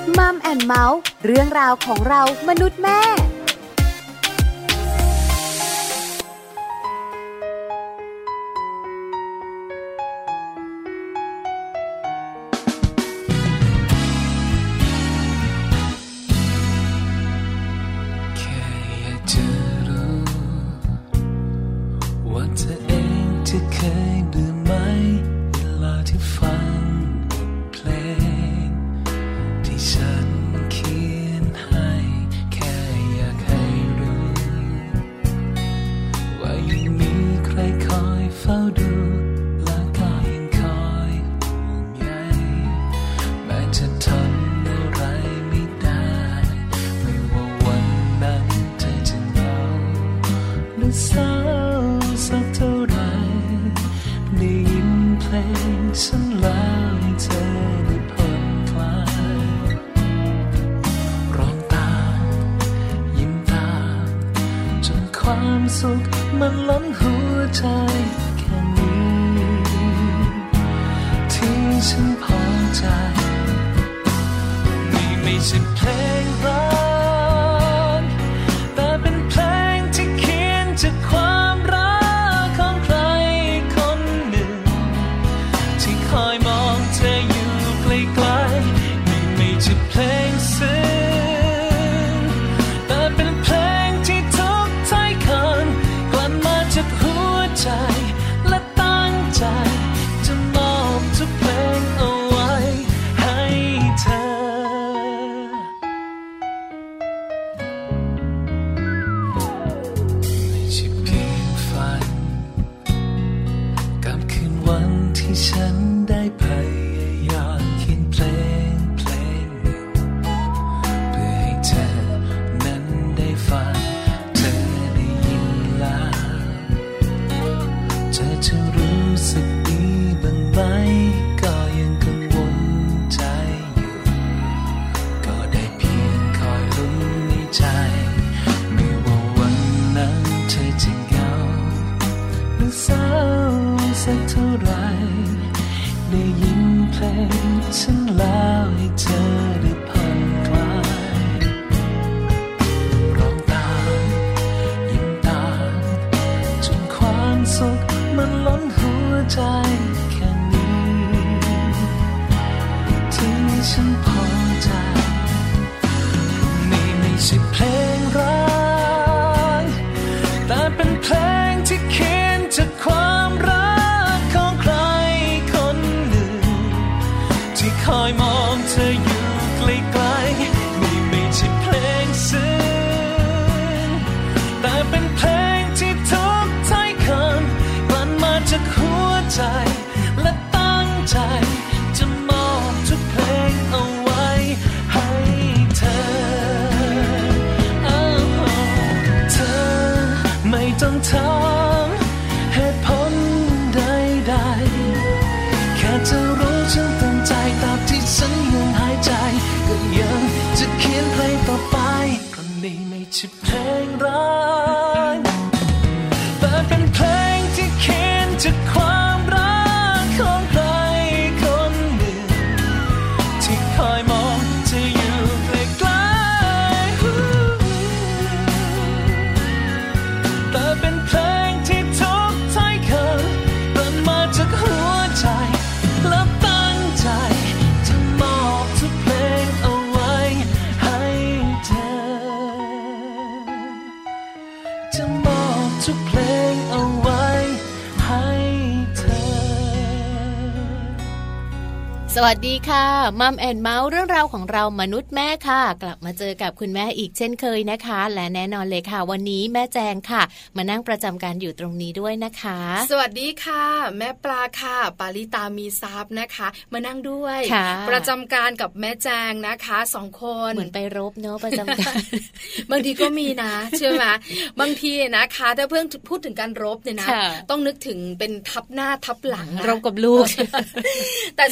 มัมแอนด์เมาส์เรื่องราวของเรามนุษย์แม่มันล้นหัวใจแค่นี้ที่ฉันพอใจนี่ไม่ใช่เพลงรักแต่เป็นเพลงที่เขียนจากความรักของใครคนหนึ่งที่คอยมองเธออยู่ไกลๆนี่ไม่ใช่เพลงซึ้งแต่เป็นเพลงที่ทุกถ้อยคำกลั่นมาจากหัวใจและตั้งใจจะมอบทุกเพลงเอาไว้ให้เธอไม่ใช่เพียงฝันกับคืนวันที่ฉันได้พยายามเขียนเพลงหนึ่งเพื่อให้เธอนั้นได้ฟังเธอได้ยินแล้วเธอจะรู้สึกดีบ้างไหมก็ยังกังวลใจอยู่ก็ได้เพียงคอยลุ้นในใจไม่ว่าวันนั้นเธอจะเหงาหรือเศร้าสักเท่าไรได้ยินเพลงฉันแล้วให้เธอได้ผ่อนคลายร้องตามยิ้มตามจนความสุขมันล้นหัวใจแค่นี้ที่ฉันพอใจนี่ไม่ใช่เพลงรักแต่เป็นเพลงที่เขียนจากความรักของใครคนหนึ่งที่คอยมองเธออยู่ไกลๆนี่ไม่ใช่เพลงซึ้งแต่เป็นเพลงที่ทุกถ้อยคำกลั่นมาจากหัวใจและตั้งใจจะมอบทุกเพลงเอาไว้ให้เธอเธอไม่ต้องถามเหตุผลใดๆแค่จะรู้ฉันเต็มใจตราบที่ฉันยังหายใจก็ยังจะเขียนเพลงต่อไปเพราะนี่ไม่ใช่เพลงรักแต่เป็นเพลงที่เขียนจากความรักของใครคนหนึ่งที่คอยมองเธออยู่ไกลๆแต่เป็นเพลงที่ทุกถ้อยคำกลั่นมาจากหัวใจและตั้งใจจะมอบทุกเพลงเอาไว้ให้เธอจะมอบทุกเพลงเอาไว้ให้เธอสวัสดีค่ะมัมแอนด์เมาส์เรื่องราวของเรามนุษย์แม่ค่ะกลับมาเจอกับคุณแม่อีกเช่นเคยนะคะและแน่นอนเลยค่ะวันนี้แม่แจงค่ะมานั่งประจำการอยู่ตรงนี้ด้วยนะคะสวัสดีค่ะแม่ปลาค่ะปาริตามีทรัพย์นะคะมานั่งด้วยประจำการกับแม่แจงนะคะ2คนเหมือนไปรบเนาะประจำการบางทีก็มีนะใช่ไหมบางทีนะคะถ้าเพิ่งพูดถึงการรบเนี่ยนะต้องนึกถึงเป็นทับหน้าทับหลังรบกับลูกแต่ส่วนใหญ่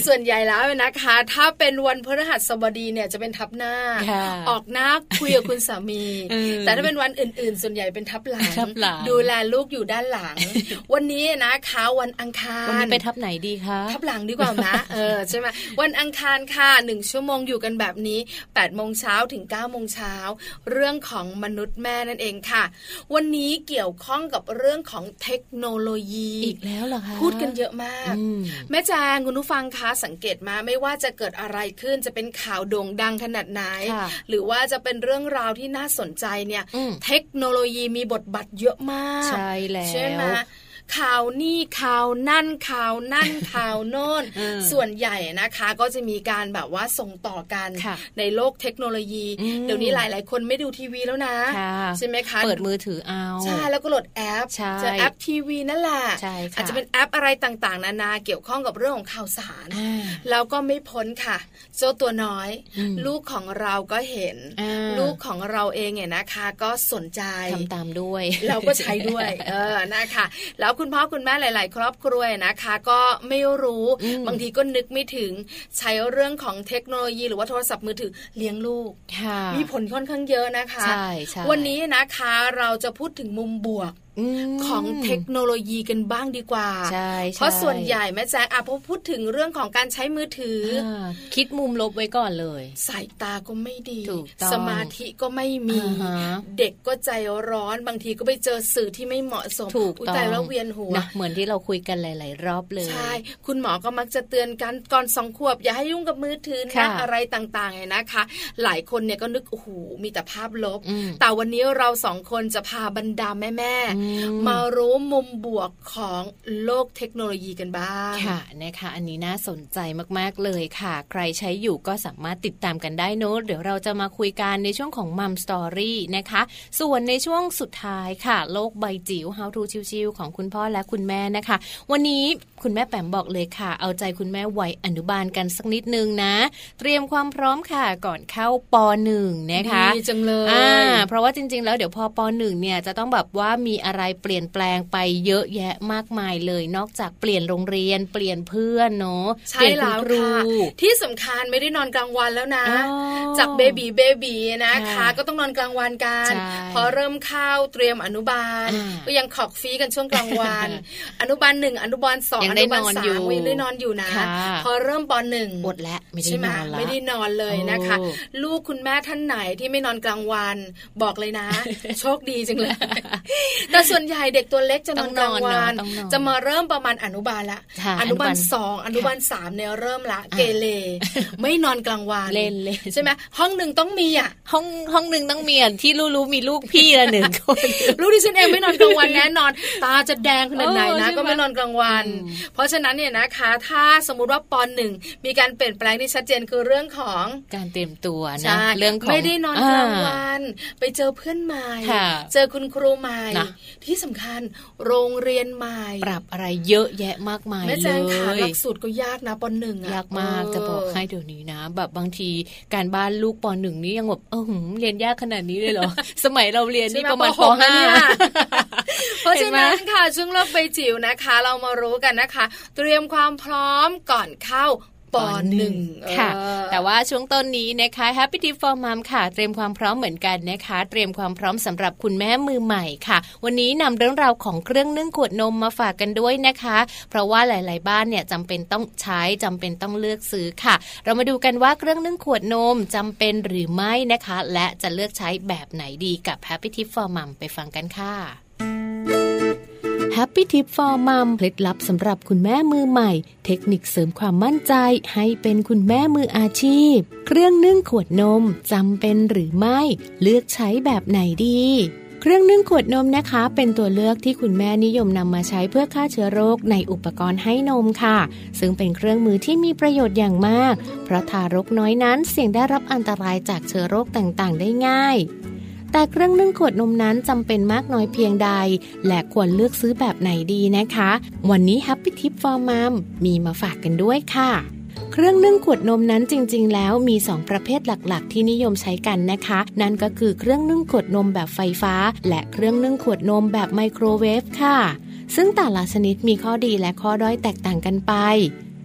แล้วนะคะถ้าเป็นวันพฤหัสบดีเนี่ยจะเป็นทับหน้าออกหน้าคุยกับคุณสามีแต่ถ้าเป็นวันอื่นๆส่วนใหญ่เป็นทับหลังดูแลลูกอยู่ด้านหลัง วันนี้นะคะวันอังคารวันนี้ไปทับไหนดีคะทับหลังดีกว่านะใช่ไหมวันอังคารค่ะ1 ชั่วโมงอยู่กันแบบนี้8 โมงเช้าถึง9 โมงเช้าเรื่องของมนุษย์แม่นั่นเองค่ะวันนี้เกี่ยวข้องกับเรื่องของเทคโนโลยีอีกแล้วเหรอคะพูดกันเยอะมากแม่แจงคุณผู้ฟังคะสังเกตมาไม่ว่าจะเกิดอะไรขึ้นจะเป็นข่าวโด่งดังขนาดไหนหรือว่าจะเป็นเรื่องราวที่น่าสนใจเนี่ยเทคโนโลยีมีบทบาทเยอะมากใช่แล้วใช่ไหมข่าวนี่ข่าวนั่นข่าวนั่นข่าวโน่นส่วนใหญ่นะคะก็จะมีการแบบว่าส่งต่อกันในโลกเทคโนโลยีเดี๋ยวนี้หลายๆคนไม่ดูทีวีแล้วนะใช่ไหมคะเปิดมือถือเอาใช่แล้วก็โหลดแอปจะแอปทีวีนั่นแหละอาจจะเป็นแอปอะไรต่างๆนานาเกี่ยวข้องกับเรื่องของข่าวสารแล้วก็ไม่พ้นค่ะเจ้าตัวน้อยลูกของเราก็เห็นลูกของเราเองเนี่ยนะคะก็สนใจทำตามด้วยเราก็ใช้ด้วยนะคะแล้วคุณพ่อคุณแม่หลายๆครอบครัวนะคะก็ไม่รู้บางทีก็นึกไม่ถึงใช้เรื่องของเทคโนโลยีหรือว่าโทรศัพท์มือถือเลี้ยงลูกมีผลค่อนข้างเยอะนะคะวันนี้นะคะเราจะพูดถึงมุมบวกของเทคโนโลยีกันบ้างดีกว่าเพราะส่วนใหญ่แม่แจ๊คพอพูดถึงเรื่องของการใช้มือถือคิดมุมลบไว้ก่อนเลยสายตาก็ไม่ดีสมาธิก็ไม่มีเด็กก็ใจร้อนบางทีก็ไปเจอสื่อที่ไม่เหมาะสมถูกต้องแล้วเวียนหัวนะเหมือนที่เราคุยกันหลายๆรอบเลยใช่คุณหมอก็มักจะเตือนกันก่อน2 ขวบอย่าให้ยุ่งกับมือถือนะอะไรต่างๆเนี่ยนะคะหลายคนเนี่ยก็นึกโอ้โหมีแต่ภาพลบแต่วันนี้เรา2 คนจะพาบรรดาแม่ๆมารู้มุมบวกของโลกเทคโนโลยีกันบ้างค่ะนะคะอันนี้น่าสนใจมากๆเลยค่ะใครใช้อยู่ก็สามารถติดตามกันได้เนอะเดี๋ยวเราจะมาคุยกันในช่วงของมัมสตอรี่นะคะส่วนในช่วงสุดท้ายค่ะโลกใบจิ๋ว How to ชิวๆของคุณพ่อและคุณแม่นะคะวันนี้คุณแม่แปมบอกเลยค่ะเอาใจคุณแม่วัยอนุบาลกันสักนิดนึงนะเตรียมความพร้อมค่ะก่อนเข้าป.1 นะคะดีจังเลยเพราะว่าจริงๆแล้วเดี๋ยวพอป.1 เนี่ยจะต้องแบบว่ามีอะไรเปลี่ยนแปลงไปเยอะแยะมากมายเลยนอกจากเปลี่ยนโรงเรียนเปลี่ยนเพื่อนเนาะใช่แล้วค่ะที่สำคัญไม่ได้นอนกลางวันแล้วนะจากเบบีนะคะก็ต้องนอนกลางวันกันพอเริ่มเข้าเตรียมอนุบาลก็ยังขอกฟีกันช่วงกลางวันอนุบาล1อนุบาล2อนุบาล3ยังได้นอนอยู่นะพอเริ่มป.1 หมดแล้วไม่ได้นอนแล้วไม่ได้นอนเลยนะคะลูกคุณแม่ท่านไหนที่ไม่นอนกลางวันบอกเลยนะโชคดีจังเลยแต่ส่วนใหญ่เด็กตัวเล็กจะนอนกลางวันจะมาเริ่มประมาณอนุบาลละอนุบาล2อนุบาล3เนี่ยเริ่มละเกเรไม่นอนกลางวันเล่นใช่ไหมห้อง1ต้องมีห้อง1ต้องมีที่รู้มีลูกพี่ละ1คนลูกที่ฉันเองไม่นอนกลางวันแน่นอนตาจะแดงขนาดไหนนะก็ไม่นอนกลางวันเพราะฉะนั้นเนี่ยนะคะถ้าสมมุติว่าป.1 มีการเปลี่ยนแปลงที่ชัดเจนคือเรื่องของการเตรียมตัวนะเรื่องของไม่ได้นอนกลางวันไปเจอเพื่อนใหม่เจอคุณครูใหม่ที่สำคัญโรงเรียนใหม่ปรับอะไรเยอะแยะมากมายเลยแม่แจ้งค่ะหลักสูตรก็ยากนะป.1 ยากมากจะบอกให้เดี๋ยวนี้นะแบบบางทีการบ้านลูกป.1 นี่ยังแบบเรียนยากขนาดนี้เลยเหรอ สมัยเราเรียนนี่ประมาณป.5 เพราะฉะนั้นค่ะช่วงโลกใบจิ๋วนะคะเรามารู้กันนะคะเตรียมความพร้อมก่อนเข้าป.1 ค่ะแต่ว่าช่วงต้นนี้นะคะ Happy Tip for Mom ค่ะเตรียมความพร้อมเหมือนกันนะคะเตรียมความพร้อมสำหรับคุณแม่มือใหม่ค่ะวันนี้นำเรื่องราวของเครื่องนึ่งขวดนมมาฝากกันด้วยนะคะเพราะว่าหลายๆบ้านเนี่ยจำเป็นต้องใช้จำเป็นต้องเลือกซื้อค่ะเรามาดูกันว่าเครื่องนึ่งขวดนมจำเป็นหรือไม่นะคะและจะเลือกใช้แบบไหนดีกับ Happy Tip for Mom ไปฟังกันค่ะHappy Tip for Mom เคล็ดลับสำหรับคุณแม่มือใหม่เทคนิคเสริมความมั่นใจให้เป็นคุณแม่มืออาชีพเครื่องนึ่งขวดนมจำเป็นหรือไม่เลือกใช้แบบไหนดีเครื่องนึ่งขวดนมนะคะเป็นตัวเลือกที่คุณแม่นิยมนำมาใช้เพื่อฆ่าเชื้อโรคในอุปกรณ์ให้นมค่ะซึ่งเป็นเครื่องมือที่มีประโยชน์อย่างมากเพราะทารกน้อยนั้นเสี่ยงได้รับอันตรายจากเชื้อโรคต่างๆได้ง่ายแต่เครื่องนึ่งขวดนมนั้นจำเป็นมากน้อยเพียงใดและควรเลือกซื้อแบบไหนดีนะคะวันนี้ Happy Tip for Mom มีมาฝากกันด้วยค่ะเครื่องนึ่งขวดนมนั้นจริงๆแล้วมี2ประเภทหลักๆที่นิยมใช้กันนะคะนั่นก็คือเครื่องนึ่งขวดนมแบบไฟฟ้าและเครื่องนึ่งขวดนมแบบไมโครเวฟค่ะซึ่งแต่ละชนิดมีข้อดีและข้อด้อยแตกต่างกันไป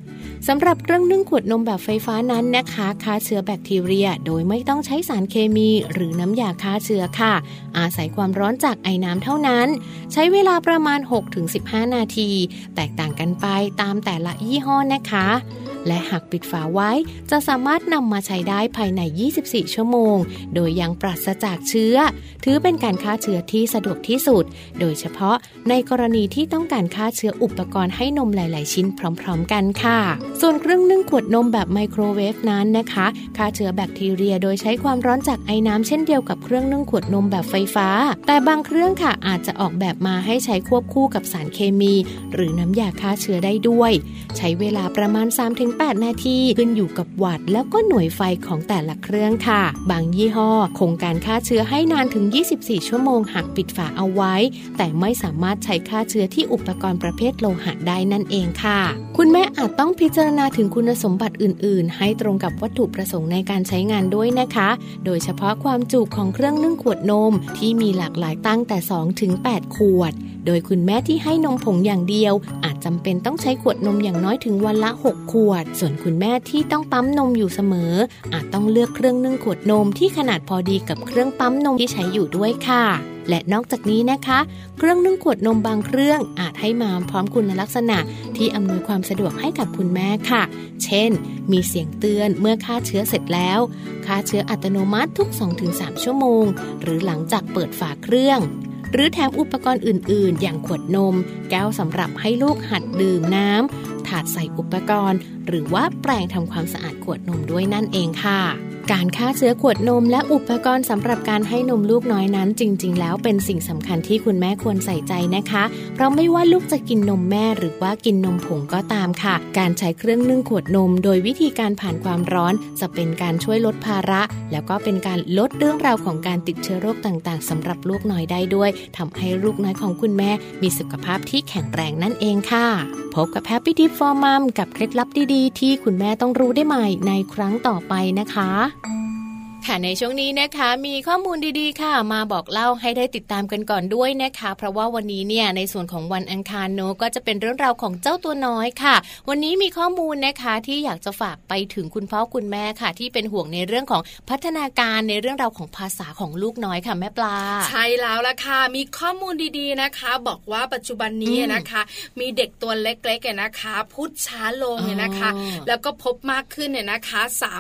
สำหรับเครื่องนึ่งขวดนมแบบไฟฟ้านั้นนะคะฆ่าเชื้อแบคทีเรียโดยไม่ต้องใช้สารเคมีหรือน้ำยาฆ่าเชื้อค่ะอาศัยความร้อนจากไอน้ำเท่านั้นใช้เวลาประมาณ 6-15 นาทีแตกต่างกันไปตามแต่ละยี่ห้อนะคะและหากปิดฝาไว้จะสามารถนำมาใช้ได้ภายใน24 ชั่วโมงโดยยังปราศจากเชื้อถือเป็นการฆ่าเชื้อที่สะดวกที่สุดโดยเฉพาะในกรณีที่ต้องการฆ่าเชื้ออุปกรณ์ให้นมหลายๆชิ้นพร้อมๆกันค่ะส่วนเครื่องนึ่งขวดนมแบบไมโครเวฟนั้นนะคะฆ่าเชื้อแบคทีเรียโดยใช้ความร้อนจากไอน้ำเช่นเดียวกับเครื่องนึ่งขวดนมแบบไฟฟ้าแต่บางเครื่องค่ะอาจจะออกแบบมาให้ใช้ควบคู่กับสารเคมีหรือน้ำยาฆ่าเชื้อได้ด้วยใช้เวลาประมาณ 3-8 นาทีขึ้นอยู่กับวัตต์แล้วก็หน่วยไฟของแต่ละเครื่องค่ะบางยี่ห้อคงการฆ่าเชื้อให้นานถึง24 ชั่วโมงหากปิดฝาเอาไว้แต่ไม่สามารถใช้ฆ่าเชื้อที่อุปกรณ์ประเภทโลหะได้นั่นเองค่ะคุณแม่อาจต้องพิจารณาถึงคุณสมบัติอื่นๆให้ตรงกับวัตถุประสงค์ในการใช้งานด้วยนะคะโดยเฉพาะความจุของเครื่องนึ่งขวดนมที่มีหลากหลายตั้งแต่ 2-8 ขวดโดยคุณแม่ที่ให้นมผงอย่างเดียวอาจจำเป็นต้องใช้ขวดนมอย่างน้อยถึงวันละ6ขวดส่วนคุณแม่ที่ต้องปั๊มนมอยู่เสมออาจต้องเลือกเครื่องนึ่งขวดนมที่ขนาดพอดีกับเครื่องปั๊มนมที่ใช้อยู่ด้วยค่ะและนอกจากนี้นะคะเครื่องนึ่งขวดนมบางเครื่องอาจให้มาพร้อมคุณลักษณะที่อำนวยความสะดวกให้กับคุณแม่ค่ะเช่นมีเสียงเตือนเมื่อฆ่าเชื้อเสร็จแล้วฆ่าเชื้ออัตโนมัติทุก 2-3 ชั่วโมงหรือหลังจากเปิดฝาเครื่องหรือแถมอุปกรณ์อื่นๆอย่างขวดนมแก้วสำหรับให้ลูกหัดดื่มน้ำถาดใส่อุปกรณ์หรือว่าแปรงทำความสะอาดขวดนมด้วยนั่นเองค่ะการฆ่าเชื้อขวดนมและอุปกรณ์สำหรับการให้นมลูกน้อยนั้นจริงๆแล้วเป็นสิ่งสำคัญที่คุณแม่ควรใส่ใจนะคะเพราะไม่ว่าลูกจะกินนมแม่หรือว่ากินนมผงก็ตามค่ะการใช้เครื่องนึ่งขวดนมโดยวิธีการผ่านความร้อนจะเป็นการช่วยลดภาระแล้วก็เป็นการลดเรื่องราวของการติดเชื้อโรคต่างๆสำหรับลูกน้อยได้ด้วยทำให้ลูกน้อยของคุณแม่มีสุขภาพที่แข็งแรงนั่นเองค่ะพบกับ Happy Tip for Mom กับเคล็ดลับดีๆที่คุณแม่ต้องรู้ได้ใหม่ในครั้งต่อไปนะคะค่ะในช่วงนี้นะคะมีข้อมูลดีๆค่ะมาบอกเล่าให้ได้ติดตามกันก่อนด้วยนะคะเพราะว่าวันนี้เนี่ยในส่วนของวันอังคารเนอะก็จะเป็นเรื่องราวของเจ้าตัวน้อยค่ะวันนี้มีข้อมูลนะคะที่อยากจะฝากไปถึงคุณพ่อคุณแม่ค่ะที่เป็นห่วงในเรื่องของพัฒนาการในเรื่องราวของภาษาของลูกน้อยค่ะแม่ปลาใช่แล้วล่ะค่ะมีข้อมูลดีๆนะคะบอกว่าปัจจุบันนี้นะคะมีเด็กตัวเล็กๆนะคะพูดช้าลงเนี่ยนะคะแล้วก็พบมากขึ้นเนี่ยนะคะ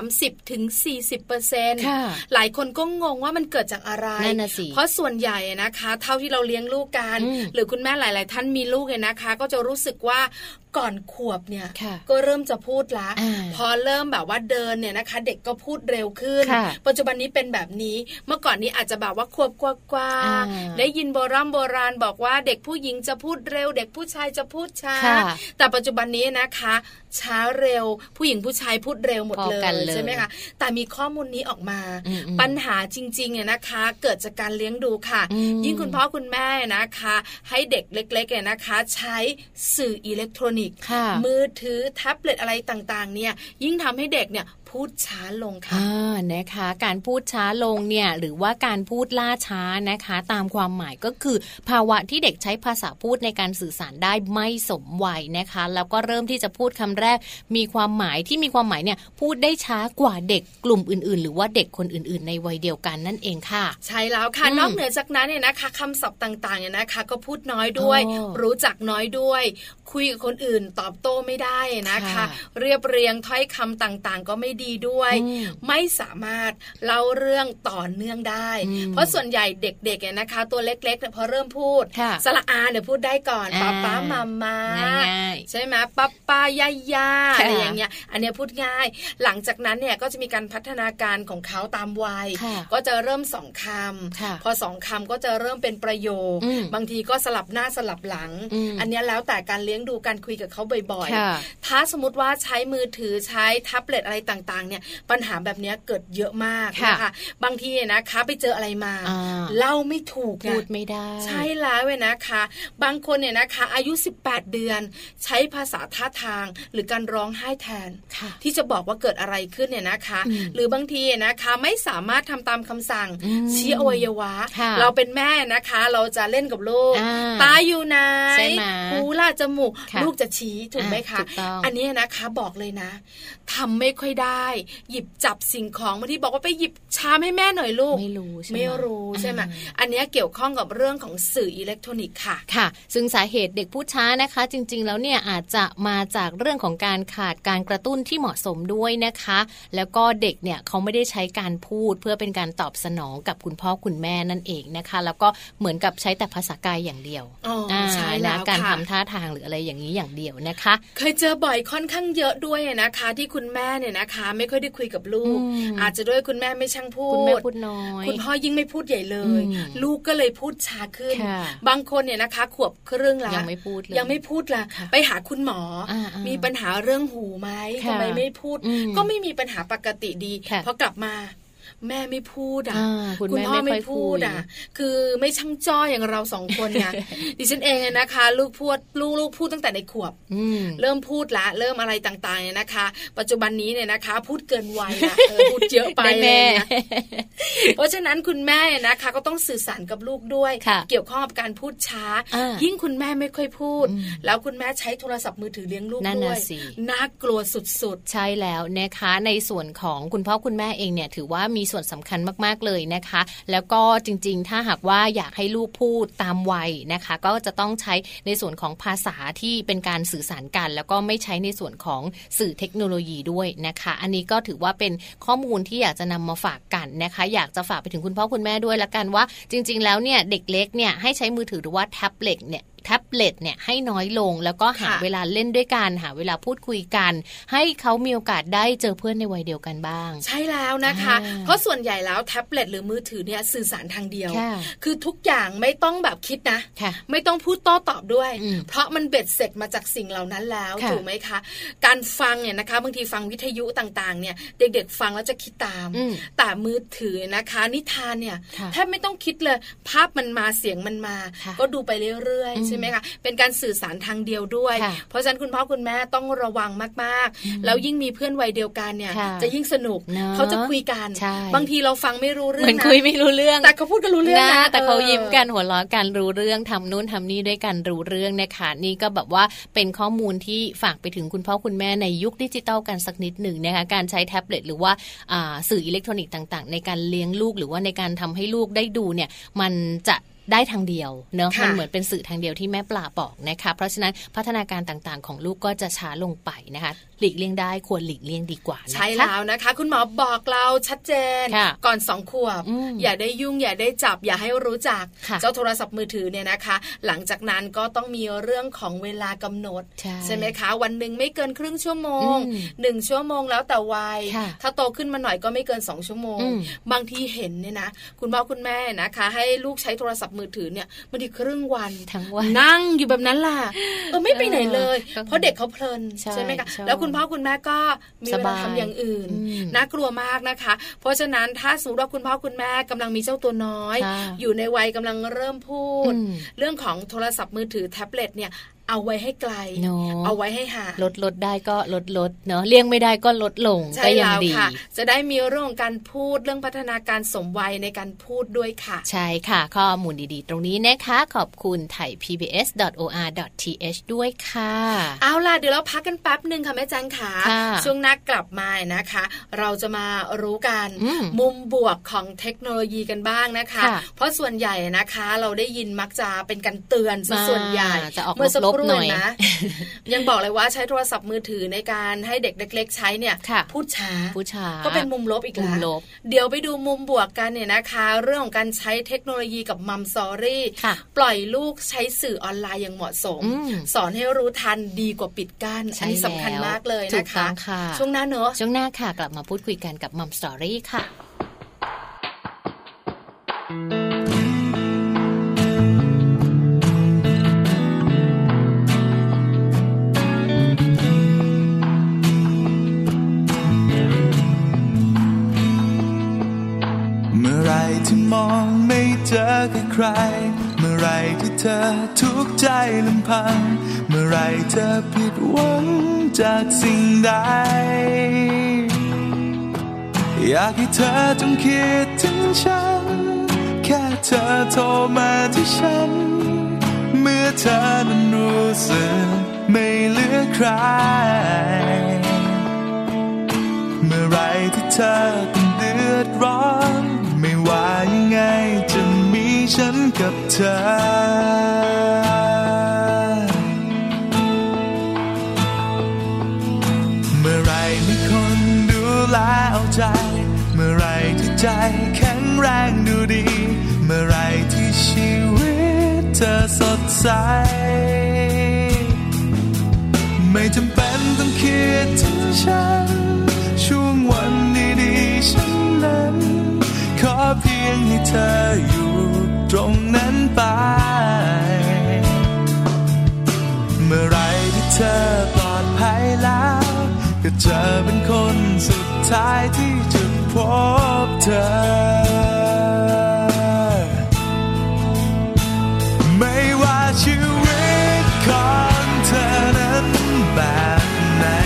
30-40% หลายคนก็งงว่ามันเกิดจากอะไรเพราะส่วนใหญ่นะคะเท่าที่เราเลี้ยงลูกกันหรือคุณแม่หลายๆท่านมีลูกเนี่ยนะคะก็จะรู้สึกว่าก่อนขวบเนี่ยก็เริ่มจะพูดละพอเริ่มแบบว่าเดินเนี่ยนะคะเด็กก็พูดเร็วขึ้นปัจจุบันนี้เป็นแบบนี้เมื่อก่อนนี้อาจจะแบบว่าขวบกว่าได้ยินโบราณบอกว่าเด็กผู้หญิงจะพูดเร็วเด็กผู้ชายจะพูดช้าแต่ปัจจุบันนี้นะคะช้าเร็วผู้หญิงผู้ชายพูดเร็วหมดเลยใช่ไหมคะแต่มีข้อมูลนี้ออกมาปัญหาจริงๆเนี่ยนะคะเกิดจากการเลี้ยงดูค่ะยิ่งคุณพ่อคุณแม่นะคะให้เด็กเล็กๆเนี่ยนะคะใช้สื่ออิเล็กทรอนิกส์มือถือแท็บเล็ตอะไรต่างๆเนี่ยยิ่งทำให้เด็กเนี่ยพูดช้าลงค่ะนะคะการพูดช้าลงเนี่ยหรือว่าการพูดล่าช้านะคะตามความหมายก็คือภาวะที่เด็กใช้ภาษาพูดในการสื่อสารได้ไม่สมวัยนะคะแล้วก็เริ่มที่จะพูดคำแรกมีความหมายที่มีความหมายเนี่ยพูดได้ช้ากว่าเด็กกลุ่มอื่นๆหรือว่าเด็กคนอื่นๆในวัยเดียวกันนั่นเองค่ะใช่แล้วค่ะนอกเหนือจากนั้นเนี่ยนะคะคำศัพท์ต่างๆเนี่ยนะคะก็พูดน้อยด้วยรู้จักน้อยด้วยคุยกับคนอื่นตอบโต้ไม่ได้นะคะเรียบเรียงถ้อยคำต่างๆก็ไม่ดีด้วยไม่สามารถเล่าเรื่องต่อเนื่องได้เพราะส่วนใหญ่เด็กๆเนี่ยนะคะตัวเล็กๆเนี่ยพอเริ่มพูดสระอาเนี่ยพูดได้ก่อนป๊าป๊ามาม่าใช่ไหมป๊าป๊ายายาอะไรอย่างเงี้ยอันนี้พูดง่ายหลังจากนั้นเนี่ยก็จะมีการพัฒนาการของเขาตามวัยก็จะเริ่ม2คำพอ2คำก็จะเริ่มเป็นประโยคบางทีก็สลับหน้าสลับหลังอันนี้แล้วแต่การเลี้ยงดูการคุยกับเขาบ่อยๆถ้าสมมติว่าใช้มือถือใช้แท็บเล็ตอะไรต่างต่างๆเนี่ยปัญหาแบบนี้เกิดเยอะมากนะคะบางทีนะคะไปเจออะไรมาเล่าไม่ถูกพูดไม่ได้ใช่แล้วเว้ยนะคะบางคนเนี่ยนะคะอายุ18เดือนใช้ภาษาท่าทางหรือการร้องไห้แทนที่จะบอกว่าเกิดอะไรขึ้นเนี่ยนะคะหรือบางทีนะคะไม่สามารถทำตามคำสั่งชี้อวัยวะเราเป็นแม่นะคะเราจะเล่นกับลูกตาอยู่ไหนหูล่ะจมูกลูกจะชี้ถูกไหมคะอันนี้นะคะบอกเลยนะทำไม่ค่อยได้หยิบจับสิ่งของบางทีบอกว่าไปหยิบชามให้แม่หน่อยลูกไม่รู้ใช่ไหมอันนี้เกี่ยวข้องกับเรื่องของสื่ออิเล็กทรอนิกส์ค่ะซึ่งสาเหตุเด็กพูดช้านะคะจริงๆแล้วเนี่ยอาจจะมาจากเรื่องของการขาดการกระตุ้นที่เหมาะสมด้วยนะคะแล้วก็เด็กเนี่ยเขาไม่ได้ใช้การพูดเพื่อเป็นการตอบสนองกับคุณพ่อคุณแม่นั่นเองนะคะแล้วก็เหมือนกับใช้แต่ภาษากายอย่างเดียวใช่แล้วการทำท่าทางหรืออะไรอย่างนี้อย่างเดียวนะคะเคยเจอบ่อยค่อนข้างเยอะด้วยนะคะที่คุณแม่เนี่ยนะคะไม่ค่อยได้คุยกับลูกอาจจะด้วยคุณแม่ไม่ช่างพูดคุณแม่พูดน้อยคุณพ่อยิ่งไม่พูดใหญ่เลยลูกก็เลยพูดช้าขึ้นบางคนเนี่ยนะคะขวบครึ่งแล้วยังไม่พูดละไปหาคุณหมอมีปัญหาเรื่องหูไหมทำไมไม่พูดก็ไม่มีปัญหาปกติดีพอกลับมาแม่ไม่พูดคุณพ่อไม่พูดคือไม่ช่างจ้ออย่างเราสองคนไงดิฉันเองนะคะลูกพูดตั้งแต่ในขวบเริ่มพูดละเริ่มอะไรต่างๆเนี่ยนะคะปัจจุบันนี้เนี่ยนะคะพูดเกินวัยนะพูดเยอะไปเลยนะเพราะฉะนั้นคุณแม่นะคะก็ต้องสื่อสารกับลูกด้วยเกี่ยวข้องกับการพูดช้ายิ่งคุณแม่ไม่ค่อยพูดแล้วคุณแม่ใช้โทรศัพท์มือถือเลี้ยงลูกด้วยน่ากลัวสุดๆใช่แล้วนะคะในส่วนของคุณพ่อคุณแม่เองเนี่ยถือว่ามีส่วนสำคัญมากๆเลยนะคะแล้วก็จริงๆถ้าหากว่าอยากให้ลูกพูดตามวัยนะคะก็จะต้องใช้ในส่วนของภาษาที่เป็นการสื่อสารกันแล้วก็ไม่ใช้ในส่วนของสื่อเทคโนโลยีด้วยนะคะอันนี้ก็ถือว่าเป็นข้อมูลที่อยากจะนำมาฝากกันนะคะอยากจะฝากไปถึงคุณพ่อคุณแม่ด้วยละกันว่าจริงๆแล้วเนี่ยเด็กเล็กเนี่ยให้ใช้มือถือหรือว่าแท็บเล็ตเนี่ยให้น้อยลงแล้วก็หาเวลาเล่นด้วยกันหาเวลาพูดคุยกันให้เขามีโอกาสได้เจอเพื่อนในวัยเดียวกันบ้างใช่แล้วนะคะเพราะส่วนใหญ่แล้วแท็บเล็ตหรือมือถือเนี่ยสื่อสารทางเดียวคือทุกอย่างไม่ต้องแบบคิดนะไม่ต้องพูดโต้ตอบด้วยเพราะมันเบ็ดเสร็จมาจากสิ่งเหล่านั้นแล้วถูกไหมคะการฟังเนี่ยนะคะบางทีฟังวิทยุต่างๆเนี่ยเด็กๆฟังแล้วจะคิดตามแต่มือถือนะคะนิทานเนี่ยแทบไม่ต้องคิดเลยภาพมันมาเสียงมันมาก็ดูไปเรื่อยๆใช่ไหมคะเป็นการสื่อสารทางเดียวด้วยเพราะฉะนั้นคุณพ่อคุณแม่ต้องระวังมากๆแล้วยิ่งมีเพื่อนวัยเดียวกันเนี่ยจะยิ่งสนุกเขาจะคุยกันบางทีเราฟังไม่รู้เรื่องเหมือนคุยไม่รู้เรื่องแต่เขาพูดกันรู้เรื่องนะแต่เขายิ้มกันหัวเราะกันรู้เรื่องทำนู่นทำนี่ด้วยกันรู้เรื่องนะคะนี่ก็แบบว่าเป็นข้อมูลที่ฝากไปถึงคุณพ่อคุณแม่ในยุคดิจิตอลกันสักนิดหนึ่งนะคะการใช้แท็บเล็ตหรือว่าสื่ออิเล็กทรอนิกส์ต่างๆในการเลี้ยงลูกหรือว่าในการทำให้ลูกได้ดูเนี่ยมันจะได้ทางเดียวเนาะมันเหมือนเป็นสื่อทางเดียวที่แม่ปลาบอกนะคะเพราะฉะนั้นพัฒนาการต่างๆของลูกก็จะช้าลงไปนะคะหลีกเลี่ยงได้ควรหลีกเลี่ยงดีกว่านะคะใช่แล้วนะคะคุณหมอบอกเราชัดเจนก่อน2 ขวบอย่าได้ยุ่งอย่าได้จับอย่าให้รู้จักเจ้าโทรศัพท์มือถือเนี่ยนะคะหลังจากนั้นก็ต้องมีเรื่องของเวลากำหนดใช่ไหมคะวันหนึ่งไม่เกินครึ่งชั่วโมง1 ชั่วโมงแล้วแต่วัยถ้าโตขึ้นมาหน่อยก็ไม่เกิน2 ชั่วโมงบางทีเห็นเนี่ยนะคุณพ่อคุณแม่นะคะให้ลูกใช้โทรศัพท์มือถือเนี่ยบางทีครึ่งวันทั้งวันนั่งอยู่แบบนั้นล่ะไม่ไปไหนเลยเพราะเด็กเขาเพลินใช่ไหมคะแล้วคุณพ่อคุณแม่ก็มีเวลาทำอย่างอื่นน่ากลัวมากนะคะเพราะฉะนั้นถ้าสมมติว่าคุณพ่อคุณแม่กำลังมีเจ้าตัวน้อยอยู่ในวัยกำลังเริ่มพูดเรื่องของโทรศัพท์มือถือแท็บเล็ตเนี่ยเอาไว้ให้ไกล เอาไว้ให้ห่างลดได้ก็ลดเนาะเลี่ยงไม่ได้ก็ลดลงก็ยังดีจะได้มีเรื่องของการพูดเรื่องพัฒนาการสมวัยในการพูดด้วยค่ะใช่ค่ะข้อมูลดีๆตรงนี้นะคะขอบคุณ thaipbs.or.th ด้วยค่ะเอาล่ะเดี๋ยวเราพักกันแป๊บนึงค่ะแม่จันค่ะช่วงนักกลับมานะคะเราจะมารู้กันมุมบวกของเทคโนโลยีกันบ้างนะคะเพราะส่วนใหญ่นะคะเราได้ยินมักจะเป็นการเตือนส่วนใหญ่เมื่อลบหน่อยนะยังบอกเลยว่าใช้โทรศัพท์มือถือในการให้เด็กเล็กๆใช้เนี่ยพูดช้าก็เป็นมุมลบอีกแล้วเดี๋ยวไปดูมุมบวกกันเนี่ยนะคะเรื่องของการใช้เทคโนโลยีกับมัมสตอรี่ปล่อยลูกใช้สื่อออนไลน์อย่างเหมาะสมสอนให้รู้ทันดีกว่าปิดกั้นอันนี้สำคัญมากเลยนะคะช่วงหน้าเนอะช่วงหน้าค่ะกลับมาพูดคุยกันกับมัมสตอรี่ค่ะที่มองไม่เจอใครเมื่อไรที่เธอทุกข์ใจลำพังเมื่อไรเธอผิดหวังจากสิ่งใดอยากให้เธอจงคิดถึงฉันแค่เธอโทรมาที่ฉันเมื่อเธอนั้นรู้สึกไม่เหลือใครเมื่อไรที่เธอต้องเดือดร้อนไม่ว่ายังไงจะมีฉันกับเธอเมื่อไรมีคนดูแลเอาใจเมื่อไรที่ใจแข็งแรงดูดีเมื่อไรที่ชีวิตเธอสดใสไม่จำเป็นต้องคิดถึงฉันช่วงวันดีๆฉันนั้นขอเพียงให้เธออยู่ตรงนั้นไปเมื่อไรที่เธอปลอดภัยแล้วก็จะเป็นคนสุดท้ายที่จะพบเธอไม่ว่าชีวิตของเธอนั้นแบบไหน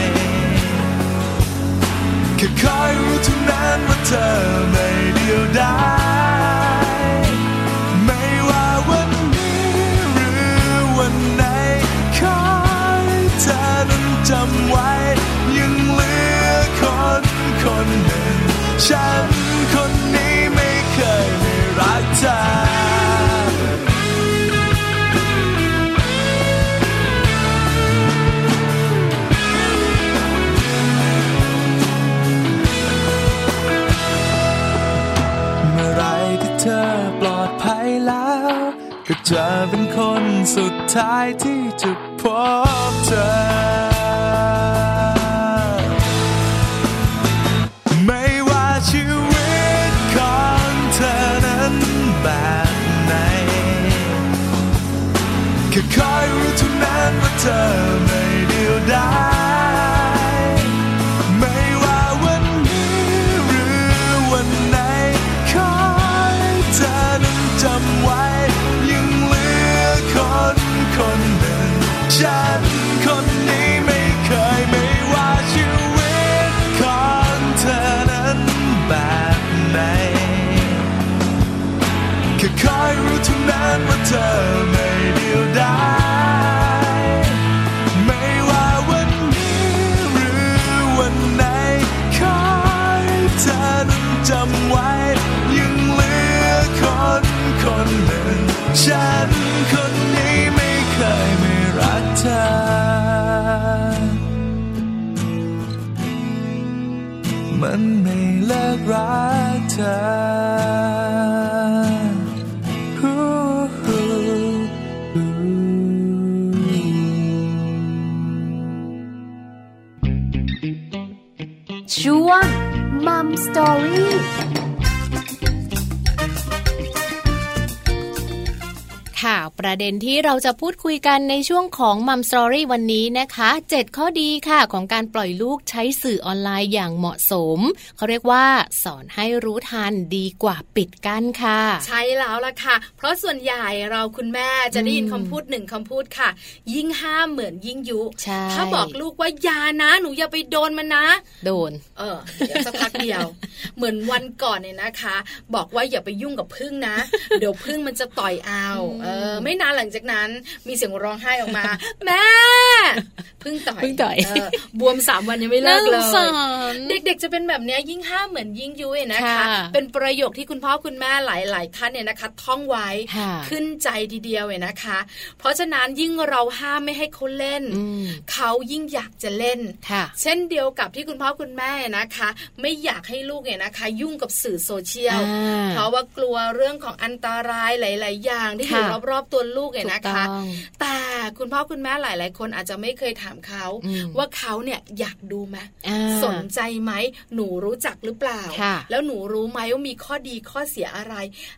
แค่คอยรู้เท่านั้นว่าเธอไม่เดียวดายไม่ว่าวันนี้หรือวันไหนขอให้เธอนั้นจำไว้ยังเหลือคนคนหนึ่งฉันคนนี้ไม่เคยไม่รักเธอปลอดภัยแล้วก็จะเป็นคนสุดท้ายที่จะพบเธอไม่ว่าชีวิตของเธอนั้นแบบไหนแค่คอยรู้เท่านั้นว่าเธอไม่เดียวดายไม่ว่าวันนี้หรือวันไหนขอเธอนั้นจำไว้ยังเหลือคนคนหนึ่งฉันคนนี้ไม่เคยไม่ว่าชีวิตของเธอนั้นแบบไหนแค่คอยรู้เท่านั้นว่าเธอไม่เดียวดายไม่ว่าวันนี้หรือวันไหนขอเธอนั้นจำไว้ยังเหลือคนคนหนึ่งฉันคนนี้ไม่เคยไม่รักเธอมันไม่เลิกรักเธอช่วง Mum Story ค่ะประเด็นที่เราจะพูดคุยกันในช่วงของ Mum Story วันนี้นะคะ7ข้อดีค่ะของการปล่อยลูกใช้สื่อออนไลน์อย่างเหมาะสมเขาเรียกว่าสอนให้รู้ทันดีกว่าปิดกั้นค่ะใช่แล้วล่ะค่ะเพราะส่วนใหญ่เราคุณแม่จะได้ยินคำพูดหนึ่งคำพูดค่ะยิ่งห้ามเหมือนยิ่งยุถ้าบอกลูกว่าอย่านะหนูอย่าไปโดนมันนะโดนเดี๋ยวสักพักเดียวเหมือนวันก่อนเนี่ยนะคะบอกว่าอย่าไปยุ่งกับผึ้งนะเดี๋ยวผึ้งมันจะต่อยเอาไม่นานหลังจากนั้นมีเสียงร้องไห้ออกมาแม่พึ่งต่อยบวม3 วันยังไม่เลิกเลยเด็กๆจะเป็นแบบนี้ยิ่งห้ามเหมือนยิ่งยุ้ยนะคะเป็นประโยคที่คุณพ่อคุณแม่หลายๆท่านเนี่ยนะคะท่องไว้ขึ้นใจทีเดียวเลยนะคะเพราะฉะนั้นยิ่งเราห้ามไม่ให้เขาเล่นเขายิ่งอยากจะเล่นเช่นเดียวกับที่คุณพ่อคุณแม่นะคะไม่อยากให้ลูกเนี่ยนะคะยุ่งกับสื่อโซเชียลเพราะว่ากลัวเรื่องของอันตรายหลายๆอย่างที่อยู่รอบๆตัวลูกเนี่ยนะคะแต่คุณพ่อคุณแม่หลายๆคนอาจจะไม่เคยถามเขาว่าเขาเนี่ยอยากดูไหมสนใจไหมหนูรู้จักหรือเปล่าแล้วหนูรู้ไหมว่ามีข้อดีข้อเสียอะไร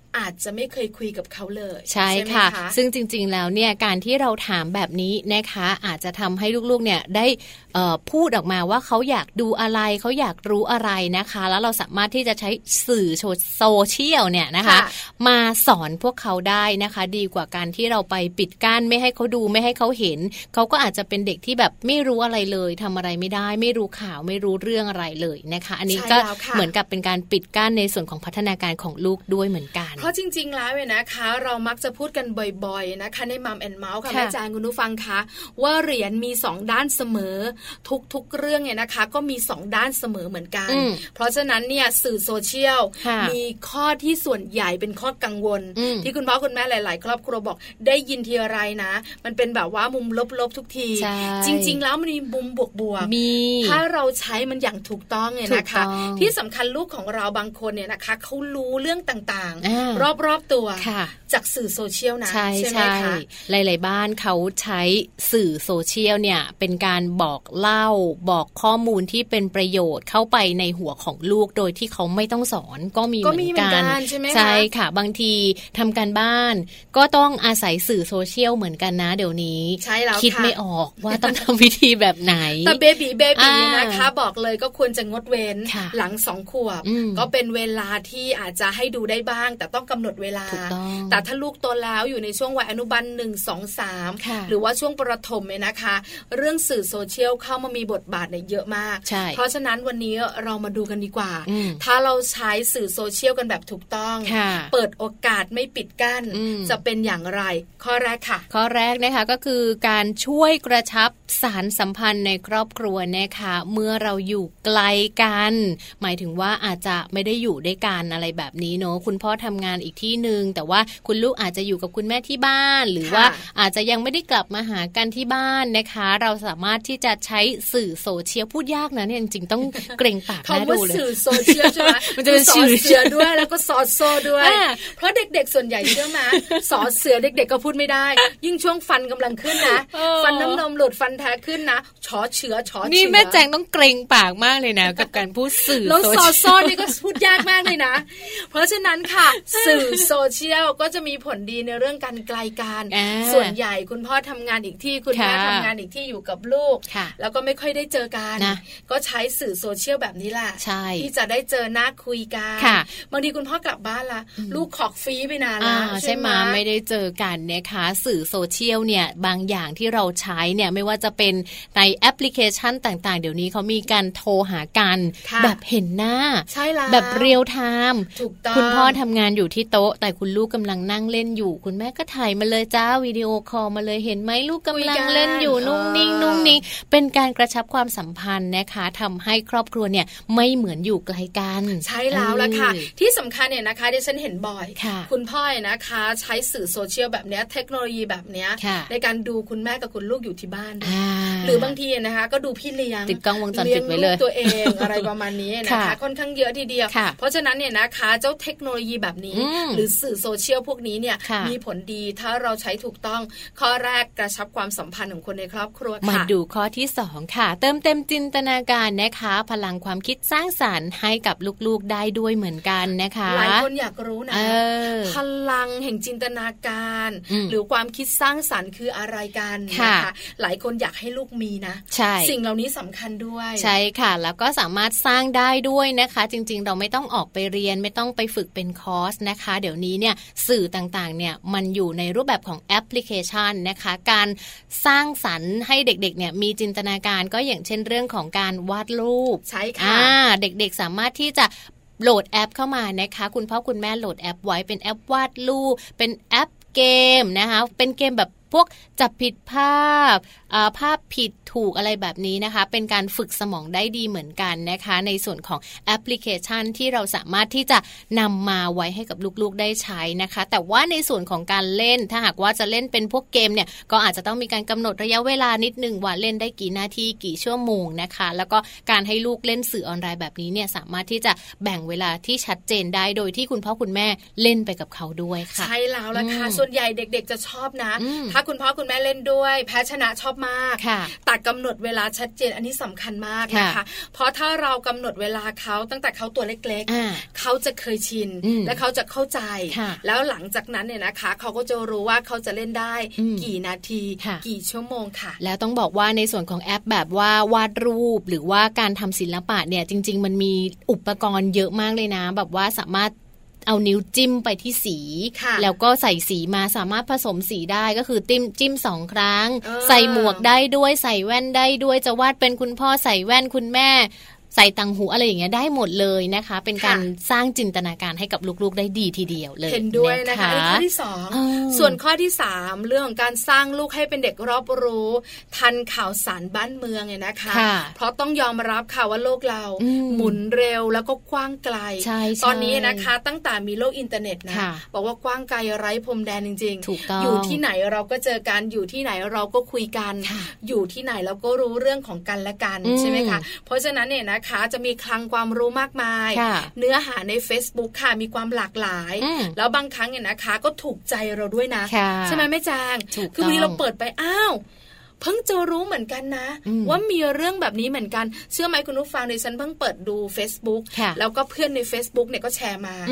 อาจจะไม่เคยคุยกับเขาเลยใช่ค่ะซึ่งจริงๆแล้วเนี่ยการที่เราถามแบบนี้นะคะอาจจะทำให้ลูกๆเนี่ยได้พูดออกมาว่าเขาอยากดูอะไรเขาอยากรู้อะไรนะคะแล้วเราสามารถที่จะใช้สื่อโซเชียลเนี่ยนะคะมาสอนพวกเขาได้นะคะดีกว่าการที่เราไปปิดกั้นไม่ให้เขาดูไม่ให้เขาเห็นเขาก็อาจจะเป็นเด็กที่แบบไม่รู้อะไรเลยทำอะไรไม่ได้ไม่รู้ข่าวไม่รู้เรื่องอะไรเลยนะคะอันนี้ก็เหมือนกับเป็นการปิดกั้นในส่วนของพัฒนาการของลูกด้วยเหมือนกันเพราะจริงๆแล้วเนี่ยนะคะเรามักจะพูดกันบ่อยๆนะคะในมัมแอนด์เมาส์ค่ะแม่จางคุณผู้ฟังคะว่าเหรียญมี2ด้านเสมอทุกๆเรื่องเนี่ยนะคะก็มี2ด้านเสมอเหมือนกันเพราะฉะนั้นเนี่ยสื่อโซเชียลมีข้อที่ส่วนใหญ่เป็นข้อกังวลที่คุณพ่อคุณแม่หลายๆครอบครัวบอกได้ยินทีอะไรนะมันเป็นแบบว่ามุมลบๆทุกทีจริงๆแล้วมันมีมุมบวกๆถ้าเราใช้มันอย่างถูกต้องเนี่ยนะคะที่สำคัญลูกของเราบางคนเนี่ยนะคะเขารู้เรื่องต่างๆรอบๆตัวจากสื่อโซเชียลนะใช่ไหมคะหลายๆบ้านเขาใช้สื่อโซเชียลเนี่ยเป็นการบอกเล่าบอกข้อมูลที่เป็นประโยชน์เข้าไปในหัวของลูกโดยที่เขาไม่ต้องสอนก็มีเหมือนกันใช่ค่ะบางทีทำการบ้านก็ต้องอาศัยสื่อโซเชียลเหมือนกันนะเดี๋ยวนี้คิดไม่ออกว่าต้องทำวิธีแบบไหนแต่เบบีนะคะบอกเลยก็ควรจะงดเว้นหลัง2 ขวบก็เป็นเวลาที่อาจจะให้ดูได้บ้างแต่ต้องกำหนดเวลาแต่ถ้าลูกโตแล้วอยู่ในช่วงวัยอนุบาล1 2 3หรือว่าช่วงประถมเนี่ยนะคะเรื่องสื่อโซเชียลเข้ามามีบทบาทเนี่ยเยอะมากเพราะฉะนั้นวันนี้เรามาดูกันดีกว่าถ้าเราใช้สื่อโซเชียลกันแบบถูกต้องเปิดโอกาสไม่ปิดกั้นจะเป็นอย่างไรข้อแรกค่ะข้อแรกนะคะก็คือการช่วยกระชับสารสัมพันธ์ในครอบครัวนะคะเมื่อเราอยู่ไกลกันหมายถึงว่าอาจจะไม่ได้อยู่ด้วยกันอะไรแบบนี้เนอะคุณพ่อทำงานอีกที่นึงแต่ว่าคุณลูกอาจจะอยู่กับคุณแม่ที่บ้านหรือว่าอาจจะยังไม่ได้กลับมาหากันที่บ้านนะคะเราสามารถที่จะใช้สื่อโซเชียลพูดยากนะเนี่ยจริงๆต้องเกรงปากแม่ดูเลยสื่อโซเชียลใช่ไหมมันจะเป็นสื่อเสือด้วยแล้วก็สอดโซ่ด้วยเพราะเด็กๆส่วนใหญ่เชื่อไหมสอดเสือเด็กๆก็พูดไม่ได้ยิ่งช่วงฟันกำลังขึ้นนะฟันน้ำนมหลุดฟันแท้ขึ้นนะชอเฉือนี่แม่แจงต้องเกรงปากมากเลยนะกับการพูดสื่อแล้วสอดโซ่นี่ก็พูดยากมากเลยนะเพราะฉะนั้นค่ะสื่อโซเชียลก็จะมีผลดีในเรื่องการไกลกันส่วนใหญ่คุณพ่อทำงานอีกที่คุณแม่ทำงานอีกที่อยู่กับลูกแล้วก็ไม่ค่อยได้เจอกันก็ใช้สื่อโซเชียลแบบนี้แหละที่จะได้เจอหน้าคุยกันบางทีคุณพ่อกลับบ้านละลูกขอกฟรีไปนานแล้วใช่ไหมไม่ได้เจอกันนะคะสื่อโซเชียลเนี่ยบางอย่างที่เราใช้เนี่ยไม่ว่าจะเป็นในแอปพลิเคชันต่างๆเดี๋ยวนี้เขามีการโทรหากันแบบเห็นหน้าแบบเรียลไทม์คุณพ่อทำงานอยู่ที่โต๊ะแต่คุณลูกกำลังนั่งเล่นอยู่คุณแม่ก็ถ่ายมาเลยจ้าวิดีโอคอลมาเลยเห็นไหมลูกกำลังเล่นอยู่นุ่งนิ่งเป็นการกระชับความสัมพันธ์นะคะทำให้ครอบครัวเนี่ยไม่เหมือนอยู่ไกลกันใช่แล้วล่ะค่ะที่สำคัญเนี่ยนะคะดิฉันเห็นบ่อยคุณพ่อนะคะใช้สื่อโซเชียลแบบนี้เทคโนโลยีแบบนี้ในการดูคุณแม่กับคุณลูกอยู่ที่บ้านหรือบางทีนะคะก็ดูพี่เลี้ยงติดกล้องวงจรปิดไว้เลยตัวเองอะไรประมาณนี้นะคะค่อนข้างเยอะทีเดียวเพราะฉะนั้นเนี่ยนะคะเจ้าเทคโนโลยีแบบนี้หรือสื่อโซเชียลพวกนี้เนี่ยมีผลดีถ้าเราใช้ถูกต้องข้อแรกกระชับความสัมพันธ์ของคนในครอบครัวมาดูข้อที่2ค่ะเติมเต็มจินตนาการนะคะพลังความคิดสร้างสรรค์ให้กับลูกๆได้ด้วยเหมือนกันนะคะหลายคนอยากรู้นะพลังแห่งจินตนาการหรือความคิดสร้างสรรค์คืออะไรกันนะคะหลายคนอยากให้ลูกมีนะสิ่งเหล่านี้สำคัญด้วยใช่ค่ะแล้วก็สามารถสร้างได้ด้วยนะคะจริงๆเราไม่ต้องออกไปเรียนไม่ต้องไปฝึกเป็นคอร์สนะคะเดี๋ยวนี้เนี่ยสื่อต่างๆเนี่ยมันอยู่ในรูปแบบของแอปพลิเคชันนะคะการสร้างสรรค์ให้เด็กๆเนี่ยมีจินตนาการก็อย่างเช่นเรื่องของการวาดรูปใช่ค่ะเด็กๆสามารถที่จะโหลดแอปเข้ามานะคะคุณพ่อคุณแม่โหลดแอปไว้เป็นแอปวาดรูปเป็นแอปเกมนะคะเป็นเกมแบบพวกจับผิดภาพผิดถูกอะไรแบบนี้นะคะเป็นการฝึกสมองได้ดีเหมือนกันนะคะในส่วนของแอปพลิเคชันที่เราสามารถที่จะนำมาไว้ให้กับลูกๆได้ใช้นะคะแต่ว่าในส่วนของการเล่นถ้าหากว่าจะเล่นเป็นพวกเกมเนี่ยก็อาจจะต้องมีการกำหนดระยะเวลานิดนึงว่าเล่นได้กี่นาทีกี่ชั่วโมงนะคะแล้วก็การให้ลูกเล่นสื่อออนไลน์แบบนี้เนี่ยสามารถที่จะแบ่งเวลาที่ชัดเจนได้โดยที่คุณพ่อคุณแม่เล่นไปกับเขาด้วยค่ะใช่แล้วล่ะค่ะส่วนใหญ่เด็กๆจะชอบนะถ้าคุณพ่อคุณแม่เล่นด้วยแพ้ชนะชอบมากแต่กำหนดเวลาชัดเจนอันนี้สำคัญมากนะคะเพราะถ้าเรากำหนดเวลาเขาตั้งแต่เขาตัวเล็กๆเขาจะเคยชินและเขาจะเข้าใจแล้วหลังจากนั้นเนี่ยนะคะเขาก็จะรู้ว่าเขาจะเล่นได้กี่นาทีกี่ชั่วโมงค่ะแล้วต้องบอกว่าในส่วนของแอปแบบว่าวาดรูปหรือว่าการทำศิลปะเนี่ยจริงๆมันมีอุปกรณ์เยอะมากเลยนะแบบว่าสามารถเอานิ้วจิ้มไปที่สีแล้วก็ใส่สีมาสามารถผสมสีได้ก็คือจิ้ม2 ครั้งใส่หมวกได้ด้วยใส่แว่นได้ด้วยจะวาดเป็นคุณพ่อใส่แว่นคุณแม่ใส่ตังหูอะไรอย่างเงี้ยได้หมดเลยนะคะเป็นการสร้างจินตนาการให้กับลูกๆได้ดีทีเดียวเลยเห็นด้วยนะคะข้อที่2ส่วนข้อที่3เรื่องของการสร้างลูกให้เป็นเด็กรอบรู้ทันข่าวสารบ้านเมืองเนี่ยนะคะเพราะต้องยอมรับค่ะว่าโลกเราหมุนเร็วแล้วก็กว้างไกลตอนนี้นะคะตั้งแต่มีโลกอินเทอร์เน็ตนะบอกว่ากว้างไกลไร้พรมแดนจริงๆอยู่ที่ไหนเราก็เจอกันอยู่ที่ไหนเราก็คุยกันอยู่ที่ไหนเราก็รู้เรื่องของกันและกันใช่ไหมคะเพราะฉะนั้นเนี่ยจะมีคลังความรู้มากมายเนื้อหาใน Facebook ค่ะมีความหลากหลายแล้วบางครั้งเนี่ยนะคะก็ถูกใจเราด้วยนะใช่ไหมแม่จางคือบางทีเราเปิดไปอ้าวเพิ่งจะรู้เหมือนกันนะว่ามีเรื่องแบบนี้เหมือนกันเชื่อไหมคุณผู้ฟังดิฉันเพิ่งเปิดดู Facebook แล้วก็เพื่อนใน Facebook เนี่ยก็แชร์มา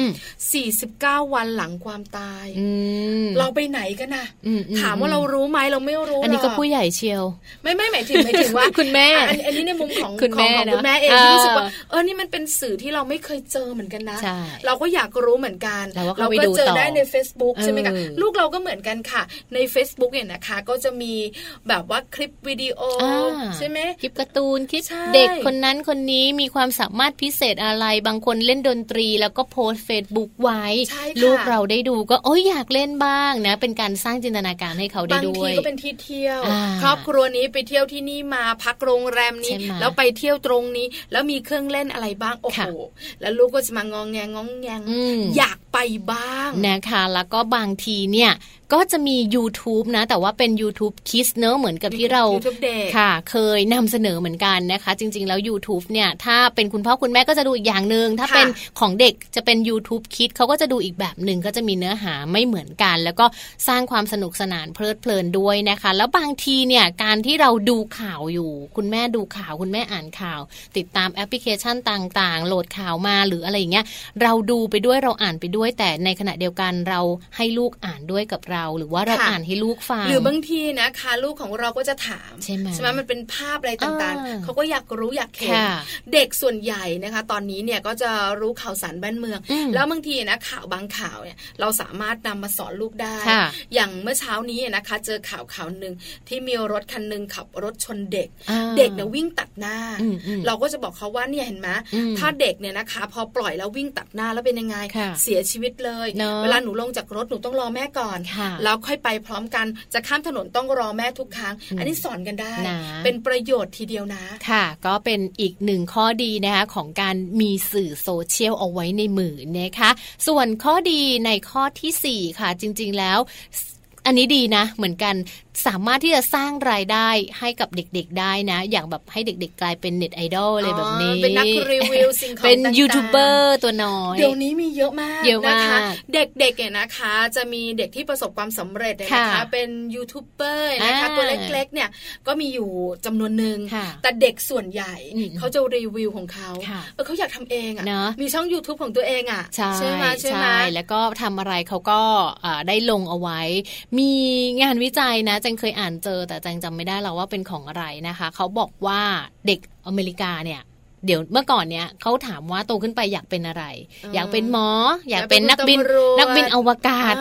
49 วันหลังความตายเราไปไหนกันนะถามว่าเรารู้ไหมเราไม่รู้อันนี้ก็ผู้ใหญ่เชียวไม่หมายถึงว่าคุณแม่อันนี้ในมุมของคุณแม่เองรู้สึกว่านี่มันเป็นสื่อที่เราไม่เคยเจอเหมือนกันนะเราก็อยากรู้เหมือนกันเราก็เจอได้ใน Facebook ใช่ไหมคะลูกเราก็เหมือนกันค่ะใน Facebook เนี่ยนะคะก็จะมีแบบว่าคลิปวิดีโอใช่ไหมคลิปการ์ตูนคลิปเด็กคนนั้นคนนี้มีความสามารถพิเศษอะไรบางคนเล่นดนตรีแล้วก็โพสต์ Facebook ไว้ลูกเราได้ดูก็อยากเล่นบ้างนะเป็นการสร้างจินตนาการให้เขาได้ด้วยบางทีก็เป็นที่เที่ยวครอบครัวนี้ไปเที่ยวที่นี่มาพักโรงแรมนี้แล้วไปเที่ยวตรงนี้แล้วมีเครื่องเล่นอะไรบ้างโอ้โหแล้วลูกก็จะมางองแงอยากไปบ้างนะคะแล้วก็บางทีเนี่ยก็จะมี YouTube นะแต่ว่าเป็น YouTube Kids เนอะเหมือนกับที่เราค่ะเคยนำเสนอเหมือนกันนะคะจริงๆแล้ว YouTube เนี่ยถ้าเป็นคุณพ่อคุณแม่ก็จะดูอีกอย่างนึงถ้าเป็นของเด็กจะเป็น YouTube Kids เขาก็จะดูอีกแบบนึงก็จะมีเนื้อหาไม่เหมือนกันแล้วก็สร้างความสนุกสนานเพลิดเพลินด้วยนะคะแล้วบางทีเนี่ยการที่เราดูข่าวอยู่คุณแม่ดูข่าวคุณแม่อ่านข่าวติดตามแอปพลิเคชันต่างๆโหลดข่าวมาหรืออะไรอย่างเงี้ยเราดูไปด้วยเราอ่านไปด้วยแต่ในขณะเดียวกันเราให้ลูกอ่านด้วยกับเราหรือว่าเราอ่านให้ลูกฟังหรือบางทีนะคะลูกของเราก็จะถามใช่ไหมมันเป็นภาพอะไรต่างๆเขาก็อยากรู้อยากเห็นเด็กส่วนใหญ่นะคะตอนนี้เนี่ยก็จะรู้ข่าวสารบ้านเมืองแล้วบางทีนะข่าวบางข่าวเนี่ยเราสามารถนำมาสอนลูกได้อย่างเมื่อเช้านี้นะคะเจอข่าวนึงที่มีรถคันนึงขับรถชนเด็กเนี่ยวิ่งตัดหน้าเราก็จะบอกเขาว่าเนี่ยเห็นไหมถ้าเด็กเนี่ยนะคะพอปล่อยแล้ววิ่งตัดหน้าแล้วเป็นยังไงเสียชีวิตเลยเวลาหนูลงจากรถหนูต้องรอแม่ก่อนแล้วค่อยไปพร้อมกันจะข้ามถนนต้องรอแม่ทุกครั้งอันนี้สอนกันได้เป็นประโยชน์ทีเดียวนะค่ะก็เป็นอีกหนึ่งข้อดีนะคะของการมีสื่อโซเชียลเอาไว้ในมือนะคะส่วนข้อดีในข้อที่4ค่ะจริงๆแล้วอันนี้ดีนะเหมือนกันสามารถที่จะสร้างรายได้ให้กับเด็กๆได้นะอย่างแบบให้เด็กๆกลายเป็นเน็ตไอดอลอะไรแบบนี้เป็นนักรีวิวสิ่งของเป็นยูทูบเบอร์ตัวน้อยเดี๋ยวนี้มีเยอะมากนะคะเด็กๆเนี่ยนะคะจะมีเด็กที่ประสบความสำเร็จนะคะเป็นยูทูบเบอร์นะคะตัวเล็กๆเนี่ยก็มีอยู่จำนวนหนึ่งแต่เด็กส่วนใหญ่เขาจะรีวิวของเขาเขาอยากทำเองอ่ะมีช่อง YouTube ของตัวเองอ่ะใช่ไหมใช่แล้วก็ทำอะไรเขาก็ได้ลงเอาไว้มีงานวิจัยนะจังเคยอ่านเจอแต่จังจำไม่ได้แล้วว่าเป็นของอะไรนะคะเขาบอกว่าเด็กอเมริกาเนี่ยเดี๋ยวเมื่อก่อนเนี้ยเขาถามว่าโตขึ้นไปอยากเป็นอะไรอยากเป็นหมออยากเป็นนักบินอวกาศ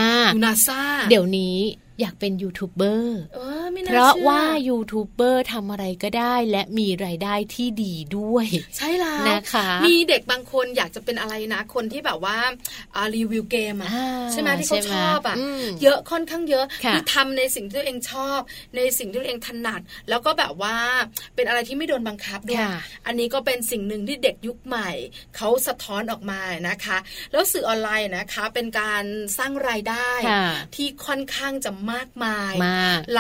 NASA เดี๋ยวนี้อยากเป็นยูทูบเบอร์เพราะว่ายูทูบเบอร์ทำอะไรก็ได้และมีรายได้ที่ดีด้วยใช่แล้วนะคะมีเด็กบางคนอยากจะเป็นอะไรนะคนที่แบบว่ารีวิวเกมอ่ะใช่ไหมที่เขาชอบอ่ะเยอะค่อนข้างเยอะคือทำในสิ่งที่ตัวเองชอบในสิ่งที่ตัวเองถนัดแล้วก็แบบว่าเป็นอะไรที่ไม่โดนบังคับด้วยอันนี้ก็เป็นสิ่งหนึ่งที่เด็กยุคใหม่เขาสะท้อนออกมานะคะแล้วสื่อออนไลน์นะคะเป็นการสร้างรายได้ที่ค่อนข้างจะมากมายหลาย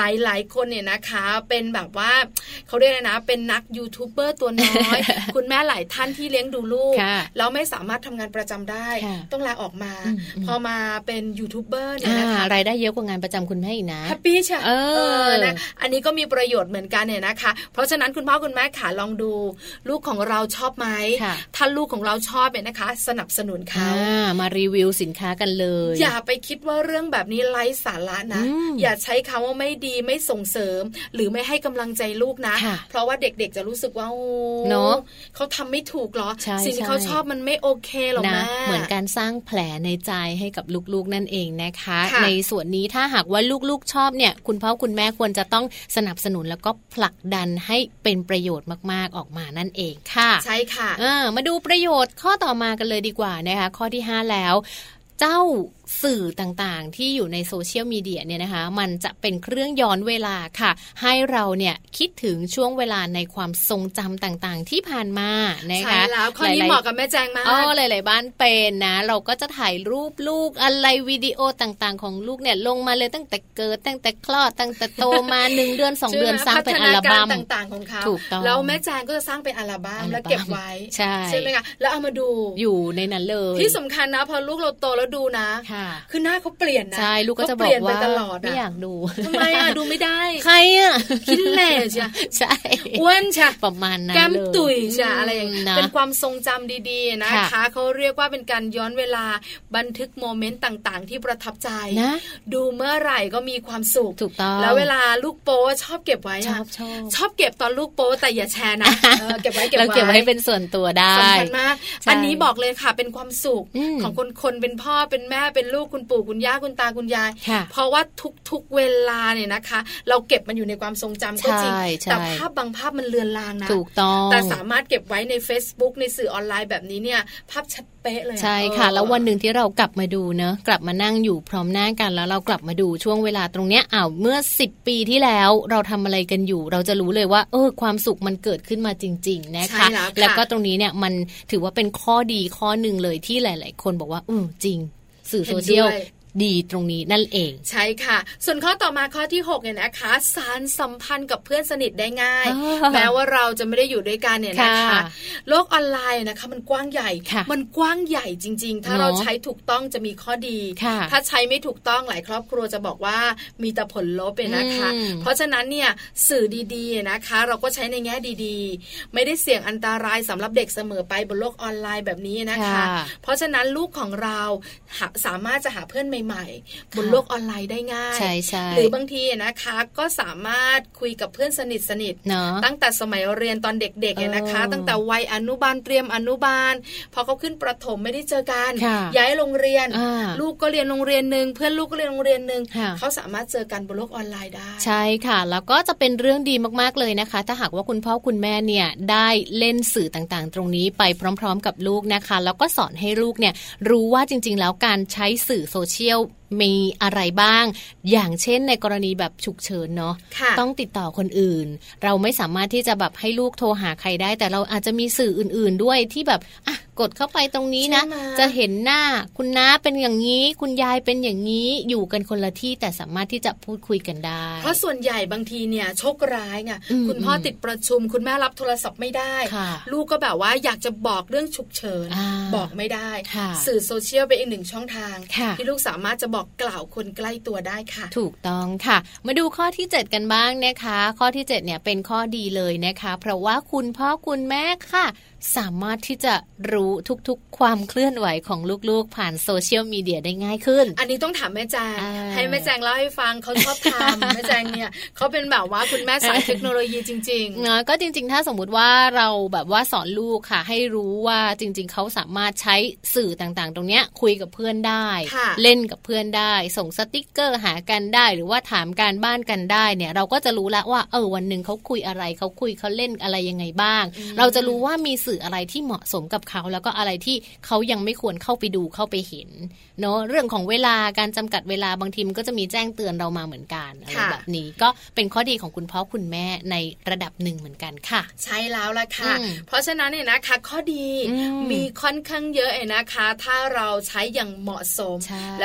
ๆคนเนี่ยนะคะเป็นแบบว่าเขาเรียกนะเป็นนักยูทูบเบอร์ตัวน้อย คุณแม่หลายท่านที่เลี้ยงดูลูกแล้วไม่สามารถทำงานประจำได้ต้องลาออกมาพอมาเป็นยูทูบเบอร์เนี่ยนะคะรายได้เยอะกว่างานประจำคุณแม่อีกนะแฮปปี้ใช่นะอันนี้ก็มีประโยชน์เหมือนกันเนี่ยนะคะเพราะฉะนั้นคุณพ่อคุณแม่ขาลองดูลูกของเราชอบไหมถ้าลูกของเราชอบเนี่ยนะคะสนับสนุนเขามารีวิวสินค้ากันเลยอย่าไปคิดว่าเรื่องแบบนี้ไร้สาระนะอย่าใช้คำว่าไม่ดีไม่ส่งเสริมหรือไม่ให้กำลังใจลูกนะเพราะว่าเด็กๆจะรู้สึกว่าเนาะเขาทำไม่ถูกหรอสิ่งที่เขาชอบมันไม่โอเคหรอกนะเหมือนการสร้างแผลในใจให้กับลูกๆนั่นเองนะคะในส่วนนี้ถ้าหากว่าลูกๆชอบเนี่ยคุณพ่อคุณแม่ควรจะต้องสนับสนุนแล้วก็ผลักดันให้เป็นประโยชน์มากๆออกมานั่นเองค่ะใช่ค่ะมาดูประโยชน์ข้อต่อมากันเลยดีกว่านะคะข้อที่5แล้วเจ้าสื่อต่างๆที่อยู่ในโซเชียลมีเดียเนี่ยนะคะมันจะเป็นเครื่องย้อนเวลาค่ะให้เราเนี่ยคิดถึงช่วงเวลาในความทรงจำต่างๆที่ผ่านมานะคะใช่แล้วข้อนี้เหมาะกับแม่แจงมากหลายๆบ้านเป็นนะเราก็จะถ่ายรูปลูกอะไรวิดีโอต่างๆของลูกเนี่ยลงมาเลยตั้งแต่เกิดตั้งแต่คลอดตั้งแต่โตมา1 เดือน 2 เดือนสร้างเป็นอัลบั้มต่างๆของเขาถูกต้องแล้วแม่แจงก็จะสร้างเป็นอัลบั้มแล้วเก็บไว้ใช่ไหมคะแล้วเอามาดูอยู่ในนั้นเลยที่สำคัญนะพอลูกเราโตแล้วดูนะคือหน้าเขาเปลี่ยนนะใช่ลูกก็จะบอกว่าไม่อยากดูทำไมดูไม่ได้ใครคิดแหล่ใช่ใช่อ้วนใช่ประมาณนั้นแก้มตุ๋ยใช่อะไรอย่างนี้เป็นความทรงจำดีๆนะคะเขาเรียกว่าเป็นการย้อนเวลาบันทึกโมเมนต์ต่างๆที่ประทับใจดูเมื่อไหร่ก็มีความสุขถูกต้องแล้วเวลาลูกโป๊ชอบเก็บไว้ชอบเก็บตอนลูกโป๊แต่อย่าแชร์นะเก็บไว้เราเก็บไว้เป็นส่วนตัวได้สำคัญมากอันนี้บอกเลยค่ะเป็นความสุขของคนเป็นพ่อเป็นแม่เป็นลูกคุณปู่คุณย่าคุณตาคุณยายเพราะว่าทุกเวลาเนี่ยนะคะเราเก็บมันอยู่ในความทรงจำก็จริงแต่ภาพบางภาพมันเลือนลางนะถูกต้องแต่สามารถเก็บไว้ใน Facebook ในสื่อออนไลน์แบบนี้เนี่ยภาพชัดเป๊ะเลยใช่ค่ะแล้ววันหนึ่งที่เรากลับมาดูเนอะกลับมานั่งอยู่พร้อมหน้ากันแล้วเรากลับมาดูช่วงเวลาตรงเนี้ยเมื่อ10 ปีที่แล้วเราทำอะไรกันอยู่เราจะรู้เลยว่าความสุขมันเกิดขึ้นมาจริงๆนะคะแล้วก็ตรงนี้เนี่ยมันถือว่าเป็นข้อดีข้อหนึ่งเลยที่หลายๆคนบอกว่าจริงสื่อโซเชียลดีตรงนี้นั่นเองใช่ค่ะส่วนข้อต่อมาข้อที่6เนี่ยนะคะสารสัมพันธ์กับเพื่อนสนิทได้ง่ายแม้ว่าเราจะไม่ได้อยู่ด้วยกันเนี่ยนะคะโลกออนไลน์นะคะมันกว้างใหญ่มันกว้างใหญ่จริงๆถ้าเราใช้ถูกต้องจะมีข้อดีถ้าใช้ไม่ถูกต้องหลายครอบครัวจะบอกว่ามีแต่ผลลบเลยนะคะเพราะฉะนั้นเนี่ยสื่อดีๆนะคะเราก็ใช้ในแง่ดีๆไม่ได้เสี่ยงอันตรายสำหรับเด็กเสมอไปบนโลกออนไลน์แบบนี้นะคะเพราะฉะนั้นลูกของเราสามารถจะหาเพื่อนใหม่ๆบนโลกออนไลน์ได้ง่ายหรือบางทีนะคะก็สามารถคุยกับเพื่อนสนิทตั้งแต่สมัยเรียนตอนเด็กๆเนี่ยนะคะตั้งแต่วัยอนุบาลเตรียมอนุบาลพอเขาขึ้นประถมไม่ได้เจอกันย้ายโรงเรียนลูกก็เรียนโรงเรียนนึงเพื่อนลูกก็เรียนโรงเรียนนึงเขาสามารถเจอกันบนโลกออนไลน์ได้ใช่ค่ะแล้วก็จะเป็นเรื่องดีมากๆเลยนะคะถ้าหากว่าคุณพ่อคุณแม่เนี่ยได้เล่นสื่อต่างๆตรงนี้ไปพร้อมๆกับลูกนะคะแล้วก็สอนให้ลูกเนี่ยรู้ว่าจริงๆแล้วการใช้สื่อโซเชียลมีอะไรบ้างอย่างเช่นในกรณีแบบฉุกเฉินเนาะต้องติดต่อคนอื่นเราไม่สามารถที่จะแบบให้ลูกโทรหาใครได้แต่เราอาจจะมีสื่ออื่นๆด้วยที่แบบกดเข้าไปตรงนี้นะจะเห็นหน้าคุณน้าเป็นอย่างนี้คุณยายเป็นอย่างนี้อยู่กันคนละที่แต่สามารถที่จะพูดคุยกันได้เพราะส่วนใหญ่บางทีเนี่ยโชคร้ายไงคุณพ่อติดประชุมคุณแม่รับโทรศัพท์ไม่ได้ลูกก็แบบว่าอยากจะบอกเรื่องฉุกเฉินบอกไม่ได้สื่อโซเชียลเป็นอีกหนึ่งช่องทางที่ลูกสามารถจะบอกกล่าวคนใกล้ตัวได้ค่ะถูกต้องค่ะมาดูข้อที่7กันบ้างนะคะข้อที่7เนี่ยเป็นข้อดีเลยนะคะเพราะว่าคุณพ่อคุณแม่ค่ะสามารถที่จะรู้ทุกๆความเคลื่อนไหวของลูกๆผ่านโซเชียลมีเดียได้ง่ายขึ้นอันนี้ต้องถามแม่แจงให้แม่แจงเล่าให้ฟังเขาชอบทำ แม่แจงเนี่ยเขาเป็นแบบว่าคุณแม่สายเทคโนโลยีจริงๆก็จริงๆถ้าสมมุติว่าเราแบบว่าสอนลูกค่ะให้รู้ว่าจริงๆเขาสามารถใช้สื่อต่างๆตรงเนี้ยคุยกับเพื่อนได้เล่นกับเพื่อนได้ส่งสติ๊กเกอร์หากันได้หรือว่าถามการบ้านกันได้เนี่ยเราก็จะรู้แล้วว่าวันนึงเขาคุยอะไรเขาเล่นอะไรยังไงบ้างเราจะรู้ว่ามีสื่ออะไรที่เหมาะสมกับเขาแล้วก็อะไรที่เขายังไม่ควรเข้าไปดูเข้าไปเห็นเนาะเรื่องของเวลาการจำกัดเวลาบางทีมันก็จะมีแจ้งเตือนเรามาเหมือนกันอะไรแบบนี้ก็เป็นข้อดีของคุณพ่อคุณแม่ในระดับหนึ่งเหมือนกันค่ะใช่แล้วล่ะค่ะเพราะฉะนั้นเนี่ยนะคะข้อดีมีค่อนข้างเยอะนะคะถ้าเราใช้อย่างเหมาะสมแล้วก็รู้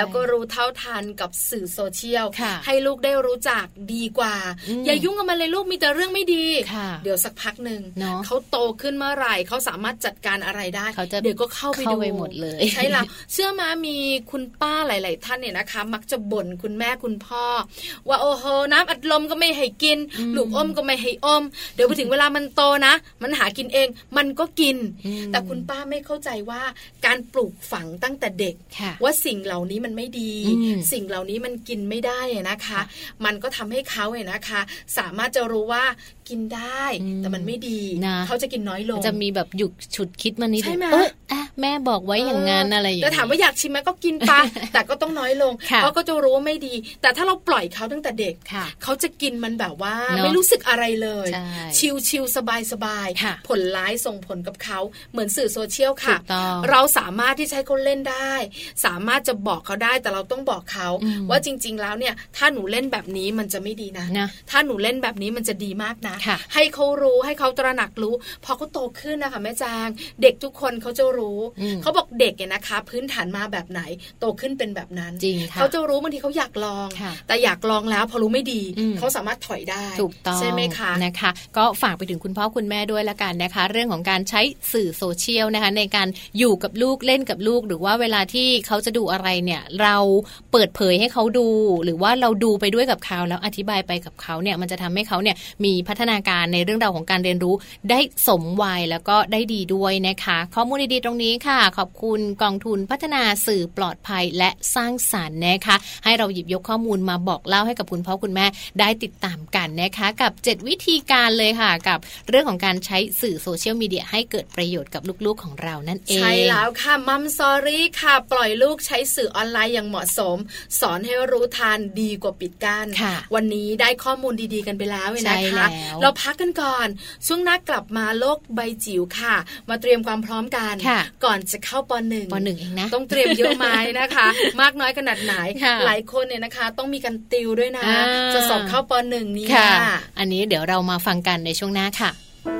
เท่าทันกับสื่อโซเชียลให้ลูกได้รู้จักดีกว่าอย่ายุ่งกับมันเลยลูกมีแต่เรื่องไม่ดีเดี๋ยวสักพักนึงเขาโตขึ้นเมื่อไหร่เขาสามารถจัดการอะไรได้เดี๋ยวก็เข้าไปดูหมดเลยใช่แล้วเชื่อมามีคุณป้าหลายๆท่านเนี่ยนะคะมักจะบ่นคุณแม่คุณพ่อว่าโอ้โหน้ำอัดลมก็ไม่ให้กินลูกอมก็ไม่ให้อมเดี๋ยวไปถึงเวลามันโตนะมันหากินเองมันก็กินแต่คุณป้าไม่เข้าใจว่าการปลูกฝังตั้งแต่เด็กว่าสิ่งเหล่านี้มันไม่ดีสิ่งเหล่านี้มันกินไม่ได้นะคะมันก็ทำให้เขาเนี่ยนะคะสามารถจะรู้ว่ากินได้แต่มันไม่ดีเขาจะกินน้อยลงจะมีแบบหยุดฉุดคิดมานิดนึงแม่บอกไว้อย่างงั้นอะไรอย่างเงี้ยแต่ถามว่าอยากชิมไหมก็กินไป แต่ก็ต้องน้อยลงเพราะก็จะรู้ว่าไม่ดีแต่ถ้าเราปล่อยเขาตั้งแต่เด็กเขาจะกินมันแบบว่าไม่รู้สึกอะไรเลยชิลๆสบายๆผลร้ายส่งผลกับเขาเหมือนสื่อโซเชียลค่ะเราสามารถที่จะให้เขาเล่นได้สามารถจะบอกเขาได้แต่เราต้องบอกเขาว่าจริงๆแล้วเนี่ยถ้าหนูเล่นแบบนี้มันจะไม่ดีนะถ้าหนูเล่นแบบนี้มันจะดีมากนะให้เขารู้ให้เขาตระหนักรู้พอเขาโตขึ้นนะคะแม่จางเด็กทุกคนเขาจะรู้เขาบอกเด็กเนี่ยนะคะพื้นฐานมาแบบไหนโตขึ้นเป็นแบบนั้นเขาจะรู้บางทีเขาอยากลองแต่อยากลองแล้วพอรู้ไม่ดีเขาสามารถถอยได้ถูกต้องใช่ไหมคะนะคะก็ฝากไปถึงคุณพ่อคุณแม่ด้วยละกันนะคะเรื่องของการใช้สื่อโซเชียลนะคะในการอยู่กับลูกเล่นกับลูกหรือว่าเวลาที่เขาจะดูอะไรเนี่ยเราเปิดเผยให้เขาดูหรือว่าเราดูไปด้วยกับเขาแล้วอธิบายไปกับเขาเนี่ยมันจะทำให้เขาเนี่ยมีพัฒนาการในเรื่องราวของการเรียนรู้ได้สมวัยแล้วก็ได้ดีด้วยนะคะข้อมูลดีๆตรงนี้ค่ะขอบคุณกองทุนพัฒนาสื่อปลอดภัยและสร้างสรรค์นะคะให้เราหยิบยกข้อมูลมาบอกเล่าให้กับคุณพ่อคุณแม่ได้ติดตามกันนะคะกับ7วิธีการเลยค่ะกับเรื่องของการใช้สื่อโซเชียลมีเดียให้เกิดประโยชน์กับลูกๆของเรานั่นเองใช่แล้วค่ะมัมซอรี่ค่ะปล่อยลูกใช้สื่อออนไลน์อย่างเหมาะสมสอนให้รู้ทันดีกว่าปิดกั้นวันนี้ได้ข้อมูลดีๆกันไปแล้วนะคะเราพักกันก่อนช่วงหน้ากลับมาโลกใบจิ๋วค่ะมาเตรียมความพร้อมกันก่อนจะเข้าป .1 เองนะต้องเตรียมเยอะไหมนะคะมากน้อยขนาดไหนหลายคนเนี่ยนะคะต้องมีการติวด้วยนะจะสอบเข้าป .1 นี้ค่ะอันนี้เดี๋ยวเรามาฟังกันในช่วงหน้าค่ะ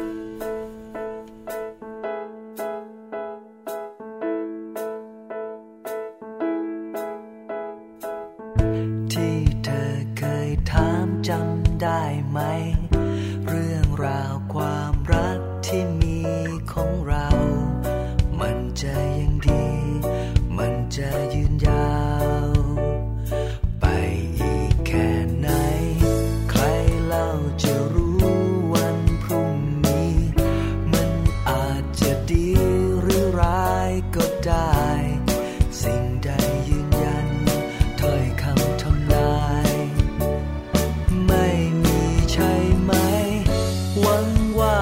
ที่เธอเคยถามจำได้ไหมเรื่องราวความรักที่มีของเรามันจะยังดีมันจะยืนยาวไปอีกแค่ไหนใครเล่าจะรู้วันพรุ่งนี้มันอาจจะดีหรือร้ายก็ได้สิ่งใดยืนยันถ้อยคำทำนายไม่มีใช่ไหมหวังว่า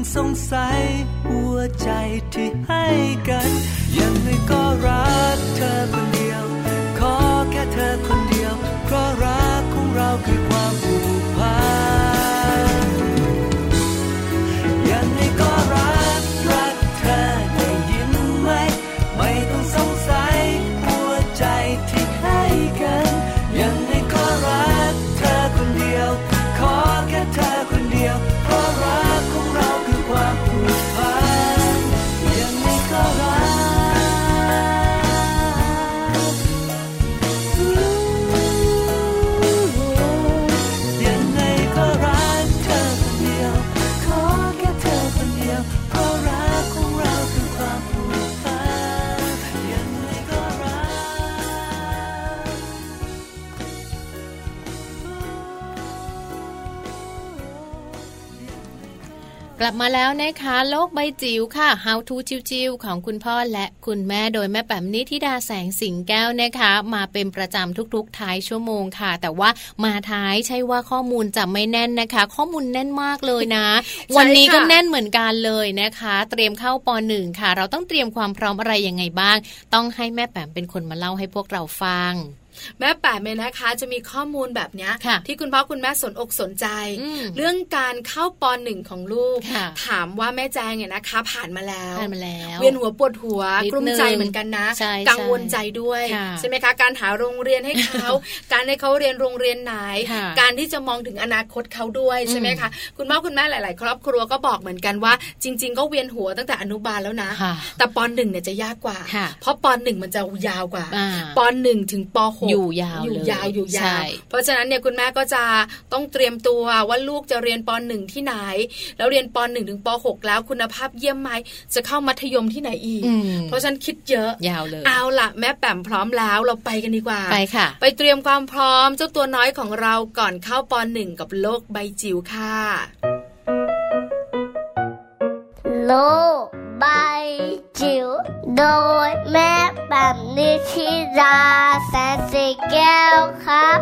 สงสัยหัวใจที่ให้กันยังไงก็รักเธอคนเดียวขอแค่เธอคนเดียวเพราะรักของเราคือความผูกพันยังไงก็รักเธอได้ยินไหมไม่ต้องสงสัยหัวใจที่ให้กันยังไงก็รักเธอคนเดียวขอแค่เธอคนเดียวเพราะรักของเราคือความผูกพันยังไงก็รักยังไงก็รักเธอคนเดียวขอแค่เธอคนเดียวเพราะรักของเราคือความผูกพันยังไงก็รักกลับมาแล้วนะคะโลกใบจิ๋วค่ะ How to จิ๋วๆของคุณพ่อและคุณแม่โดยแม่แป๋มนิธิดาแสงสิงแก้วนะคะมาเป็นประจำทุกๆท้ายชั่วโมงค่ะแต่ว่ามาท้ายใช่ว่าข้อมูลจะไม่แน่นนะคะข้อมูลแน่นมากเลยนะ วันนี้ก็แน่นเหมือนกันเลยนะคะเตรียมเข้าป.1 ค่ะเราต้องเตรียมความพร้อมอะไรยังไงบ้างต้องให้แม่แป๋มเป็นคนมาเล่าให้พวกเราฟังแม่แป๋มเนี่ยนะคะจะมีข้อมูลแบบนี้ที่คุณพ่อคุณแม่สนอกสนใจเรื่องการเข้าป.1 ของลูกถามว่าแม่แจงเนี่ยนะคะผ่านมาแล้วเวียนหัวปวดหัวกลุ้มใจเหมือนกันนะกังวลใจด้วยใช่ไหมคะการหาโรงเรียนให้เขา การให้เขาเรียนโรงเรียนไหนการที่จะมองถึงอนาคตเขาด้วยใช่ไหมคะคุณพ่อคุณแม่หลายๆครอบครัวก็บอกเหมือนกันว่าจริงๆก็เวียนหัวตั้งแต่อนุบาลแล้วนะแต่ป.1 เนี่ยจะยากกว่าเพราะป.1 มันจะยาวกว่าป.1 ถึงป.6 อยู่ยาวเพราะฉะนั้นเนี่ยคุณแม่ก็จะต้องเตรียมตัวว่าลูกจะเรียนป.1 ที่ไหนแล้วเรียนป.1 ถึงป.6 แล้วคุณภาพเยี่ยมไหมจะเข้ามัธยมที่ไหนอีกเพราะฉะนั้นคิดเยอะยาวเลยเอาล่ะแม่แป๋มพร้อมแล้วเราไปกันดีกว่าไปค่ะไปเตรียมความพร้อมเจ้าตัวน้อยของเราก่อนเข้าป.1 กับโลกใบจิ๋วค่ะโลกใบจิ๋วโดยแม่แป๋มนิธิดาแสนสีแก้วครับ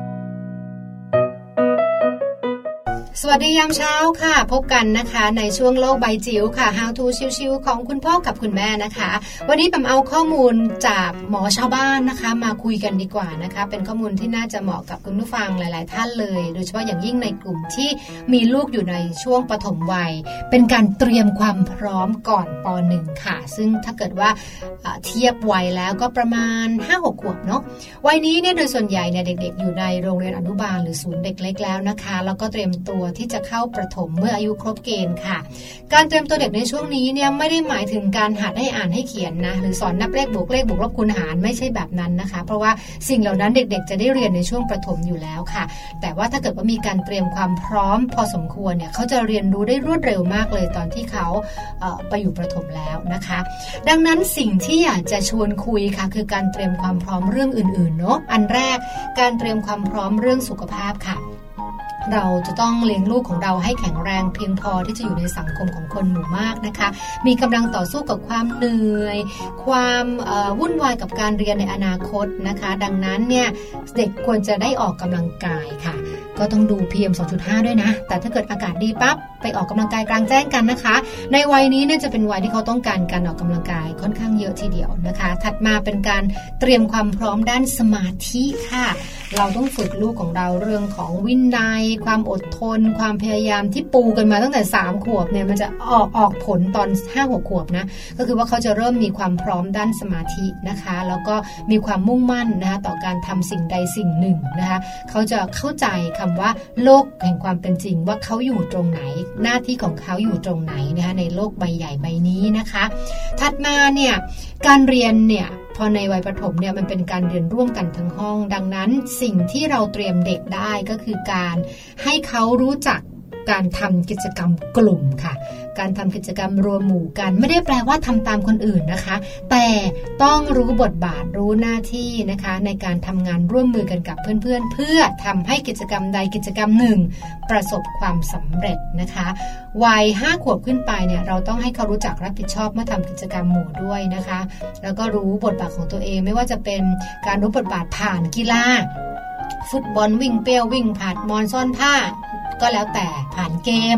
สวัสดียามเช้าค่ะพบกันนะคะในช่วงโลกใบจิ๋วค่ะ How to ชิวๆของคุณพ่อกับคุณแม่นะคะวันนี้ผมเอาข้อมูลจากหมอชาวบ้านนะคะมาคุยกันดีกว่านะคะเป็นข้อมูลที่น่าจะเหมาะกับคุณผู้ฟังหลายๆท่านเลยโดยเฉพาะอย่างยิ่งในกลุ่มที่มีลูกอยู่ในช่วงปฐมวัยเป็นการเตรียมความพร้อมก่อนป.1 ค่ะซึ่งถ้าเกิดว่าเทียบวัยแล้วก็ประมาณ 5-6 ขวบเนาะวัยนี้เนี่ยโดยส่วนใหญ่เนี่ยเด็กๆอยู่ในโรงเรียนอนุบาลหรือศูนย์เด็กเล็กแล้วนะคะแล้วก็เตรียมตัวที่จะเข้าประถมเมื่ออายุครบเกณฑ์ค่ะการเตรียมตัวเด็กในช่วงนี้เนี่ยไม่ได้หมายถึงการหัดให้อ่านให้เขียนนะหรือสอนนับเลขบวกลบคูณหารไม่ใช่แบบนั้นนะคะเพราะว่าสิ่งเหล่านั้นเด็กๆจะได้เรียนในช่วงประถมอยู่แล้วค่ะแต่ว่าถ้าเกิดว่ามีการเตรียมความพร้อมพอสมควรเนี่ยเขาจะเรียนรู้ได้รวดเร็วมากเลยตอนที่เขาไปอยู่ประถมแล้วนะคะดังนั้นสิ่งที่อยากจะชวนคุยค่ะคือการเตรียมความพร้อมเรื่องอื่นๆเนาะอันแรกการเตรียมความพร้อมเรื่องสุขภาพค่ะเราจะต้องเลี้ยงลูกของเราให้แข็งแรงเพียงพอที่จะอยู่ในสังคมของคนหมู่มากนะคะมีกำลังต่อสู้กับความเหนื่อยความวุ่นวายกับการเรียนในอนาคตนะคะดังนั้นเนี่ยเด็กควรจะได้ออกกำลังกายค่ะก็ต้องดู PM 2.5 ด้วยนะแต่ถ้าเกิดอากาศดีปั๊บไปออกกำลังกายกลางแจ้งกันนะคะในวัยนี้เนี่ยจะเป็นวัยที่เขาต้องการการออกกำลังกายค่อนข้างเยอะทีเดียวนะคะถัดมาเป็นการเตรียมความพร้อมด้านสมาธิค่ะเราต้องฝึกลูกของเราเรื่องของวินัยความอดทนความพยายามที่ปูกันมาตั้งแต่3ขวบเนี่ยมันจะออกผลตอน 5-6 ขวบนะก็คือว่าเขาจะเริ่มมีความพร้อมด้านสมาธินะคะแล้วก็มีความมุ่งมั่นนะคะต่อการทำสิ่งใดสิ่งหนึ่งนะคะเขาจะเข้าใจคำว่าโลกแห่งความเป็นจริงว่าเขาอยู่ตรงไหนหน้าที่ของเขาอยู่ตรงไหนนะคะในโลกใบใหญ่ใบนี้นะคะถัดมาเนี่ยการเรียนเนี่ยพอในวัยประถมเนี่ยมันเป็นการเรียนร่วมกันทั้งห้องดังนั้นสิ่งที่เราเตรียมเด็กได้ก็คือการให้เขารู้จักการทำกิจกรรมกลุ่มค่ะการทำกิจกรรมรวมหมู่กันไม่ได้แปลว่าทำตามคนอื่นนะคะแต่ต้องรู้บทบาทรู้หน้าที่นะคะในการทำงานร่วมมือกันกับเพื่อนๆเพื่อทำให้กิจกรรมใดกิจกรรมหนึ่งประสบความสำเร็จนะคะวัย5 ขวบขึ้นไปเนี่ยเราต้องให้เขารู้จักรับผิดชอบเมื่อทำกิจกรรมหมู่ด้วยนะคะแล้วก็รู้บทบาทของตัวเองไม่ว่าจะเป็นการรู้บทบาทผ่านกีฬาฟุตบอลวิ่งเปรี้ยววิ่งผาดมอนซ่อนผ้าก็แล้วแต่ผ่านเกม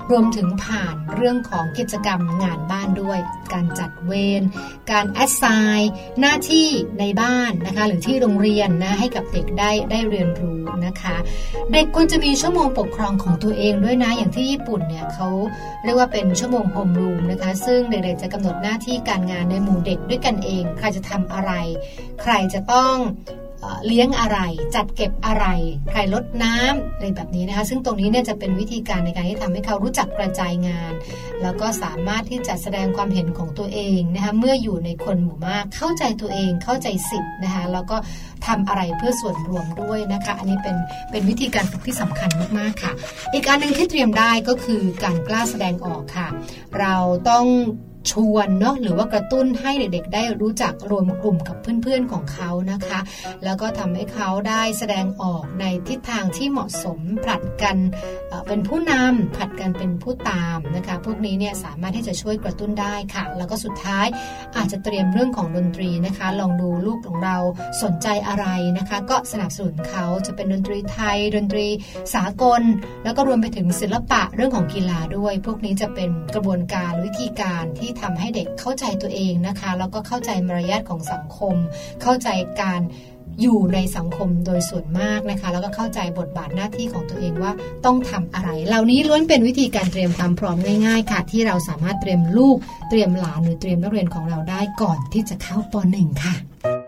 รวมถึงผ่านเรื่องของกิจกรรมงานบ้านด้วยการจัดเวรการแอสไซน์หน้าที่ในบ้านนะคะหรือที่โรงเรียนนะให้กับเด็กได้เรียนรู้นะคะเด็กควรจะมีชั่วโมงปกครองของตัวเองด้วยนะอย่างที่ญี่ปุ่นเนี่ยเขาเรียกว่าเป็นชั่วโมงโฮมรูมนะคะซึ่งเด็กๆจะกำหนดหน้าที่การงานในหมู่เด็กด้วยกันเองใครจะทำอะไรใครจะต้องเลี้ยงอะไรจัดเก็บอะไรใครลดน้ำอะไรแบบนี้นะคะซึ่งตรงนี้เนี่ยจะเป็นวิธีการในการที่ทำให้เขารู้จักกระจายงานแล้วก็สามารถที่จะแสดงความเห็นของตัวเองนะคะเมื่ออยู่ในคนหมู่มากเข้าใจตัวเองเข้าใจสิทธิ์นะคะแล้วก็ทำอะไรเพื่อส่วนรวมด้วยนะคะอันนี้เป็นวิธีการฝึกที่สำคัญมากๆค่ะอีกอันนึงที่เตรียมได้ก็คือการกล้าแสดงออกค่ะเราต้องชวนเนาะหรือว่ากระตุ้นให้เด็กๆได้รู้จักรวมกลุ่มกับเพื่อนๆของเขานะคะแล้วก็ทำให้เขาได้แสดงออกในทิศทางที่เหมาะสมผลัดกันเป็นผู้นำผลัดกันเป็นผู้ตามนะคะพวกนี้เนี่ยสามารถที่จะช่วยกระตุ้นได้ค่ะแล้วก็สุดท้ายอาจจะเตรียมเรื่องของดนตรีนะคะลองดูลูกของเราสนใจอะไรนะคะก็สนับสนุนเขาจะเป็นดนตรีไทยดนตรีสากลแล้วก็รวมไปถึงศิลปะเรื่องของกีฬาด้วยพวกนี้จะเป็นกระบวนการวิธีการที่ทำให้เด็กเข้าใจตัวเองนะคะแล้วก็เข้าใจมารยาทของสังคมเข้าใจการอยู่ในสังคมโดยส่วนมากนะคะแล้วก็เข้าใจบทบาทหน้าที่ของตัวเองว่าต้องทำอะไรเหล่านี้ล้วนเป็นวิธีการเตรียมความพร้อมง่ายๆค่ะที่เราสามารถเตรียมลูกเตรียมหลานหรือเตรียมนักเรียนของเราได้ก่อนที่จะเข้าป.1 ค่ะ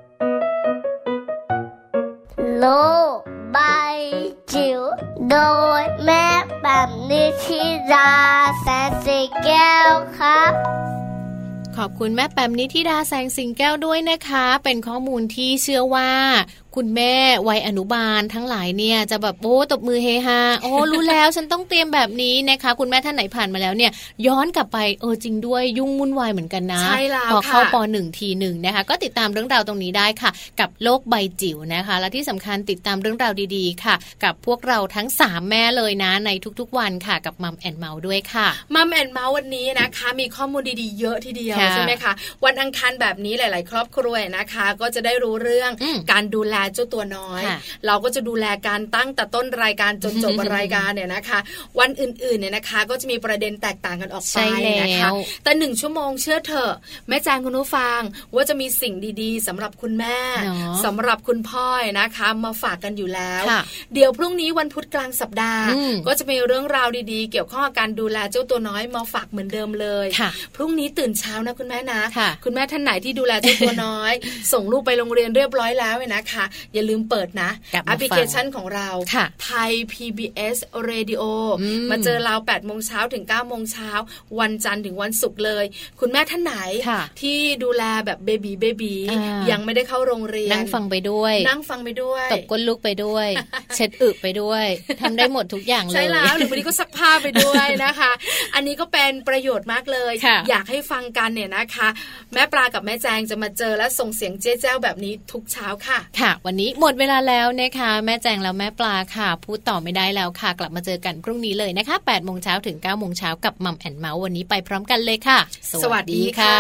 โลกใบจิ๋วโดยแม่แบบนิชิราแสนสีแก้วครับขอบคุณแม่แปมนิธิดาแสงสิงแก้วด้วยนะคะเป็นข้อมูลที่เชื่อว่าคุณแม่วัยอนุบาลทั้งหลายเนี่ยจะแบบโอ้ตบมือเฮฮาโอ้รู้แล้วฉันต้องเตรียมแบบนี้นะคะคุณแม่ท่านไหนผ่านมาแล้วเนี่ยย้อนกลับไปจริงด้วยยุ่งวุ่นวายเหมือนกันนะใช่แล้วพอเข้าป.1 ทีหนึ่งนะคะก็ติดตามเรื่องราวตรงนี้ได้ค่ะกับโลกใบจิ๋วนะคะและที่สำคัญติดตามเรื่องราวดีๆค่ะกับพวกเราทั้ง3แม่เลยนะในทุกๆวันค่ะกับมัมแอนด์เมาส์ด้วยค่ะมัมแอนด์เมาส์วันนี้นะคะมีข้อมูลดีๆเยอะทีเดียวใช่ไหมคะวันอังคารแบบนี้หลายๆครอบครัวนะคะก็จะได้รู้เรื่องการดูแลเจ้าตัวน้อยเราก็จะดูแลการตั้งแต่ต้นรายการจนจบรายการเนี่ยนะคะวันอื่นๆเนี่ยนะคะก็จะมีประเด็นแตกต่างกันออกไปนะคะแต่1ชั่วโมงเชื่อเถอะแม่แจงคุณผู้ฟังว่าจะมีสิ่งดีๆสำหรับคุณแม่สำหรับคุณพ่อนะคะมาฝากกันอยู่แล้วเดี๋ยวพรุ่งนี้วันพุธกลางสัปดาห์ก็จะมีเรื่องราวดีๆเกี่ยวข้องกับการดูแลเจ้าตัวน้อยมาฝากเหมือนเดิมเลยพรุ่งนี้ตื่นเช้านะคุณแม่นะคุณแม่ท่านไหนที่ดูแลเจ้าตัวน้อยส่งลูกไปโรงเรียนเรียบร้อยแล้วนะคะอย่าลืมเปิดนะแอปพลิเคชันของเราไทย PBS Radio มาเจอเรา 8:00 นถึง 9:00 นวันจันทร์ถึงวันศุกร์เลยคุณแม่ท่านไหนที่ดูแลแบบเบบียังไม่ได้เข้าโรงเรียนนั่งฟังไปด้วยตบก้นลูกไปด้วยเช็ดอึไปด้วยทำได้หมดทุกอย่างเลยใช่แล้วหรือบางทีก็ซักผ้าไปด้วยนะคะอันนี้ก็เป็นประโยชน์มากเลยอยากให้ฟังกันเนี่ยนะคะแม่ปลากับแม่แจงจะมาเจอและส่งเสียงเจ๊แจ้วแบบนี้ทุกเช้าค่ะวันนี้หมดเวลาแล้วนะคะแม่แจงแล้วแม่ปลาค่ะพูดต่อไม่ได้แล้วค่ะกลับมาเจอกันพรุ่งนี้เลยนะคะ 8:00 นถึง 9:00 นกับมัมแอนด์เมาส์วันนี้ไปพร้อมกันเลยค่ะสวัสดีค่ะ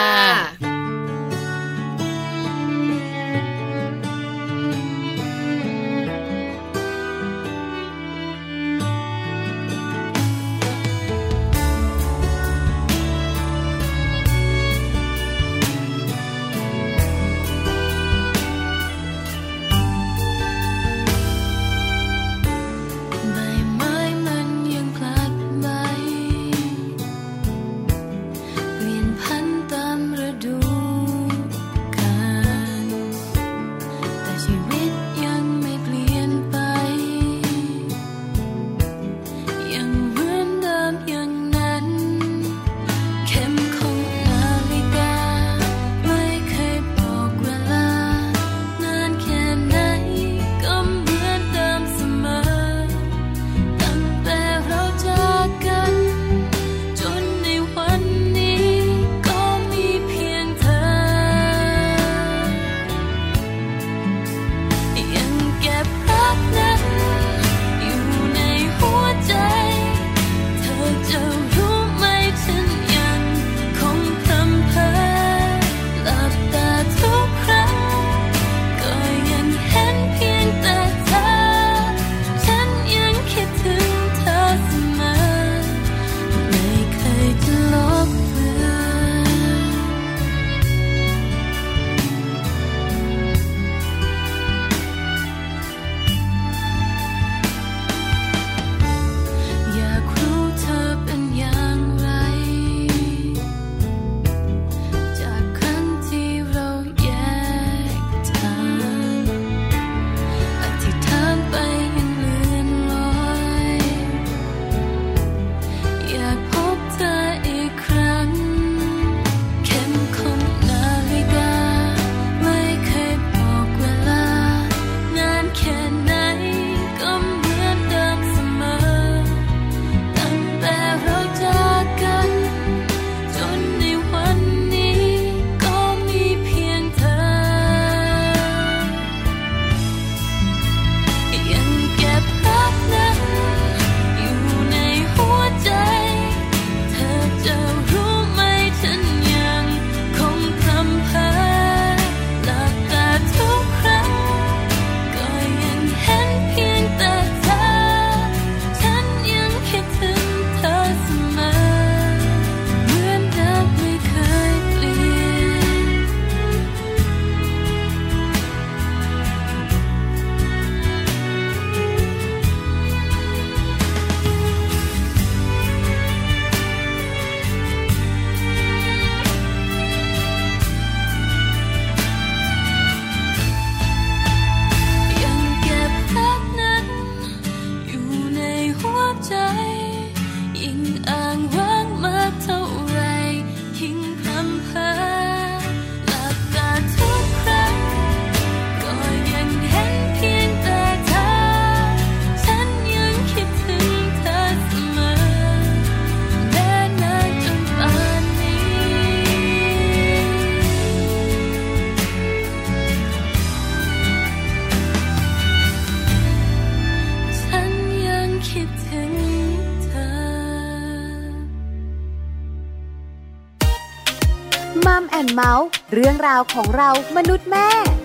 ดูมัมแอนด์เมาส์เรื่องราวของเรามนุษย์แม่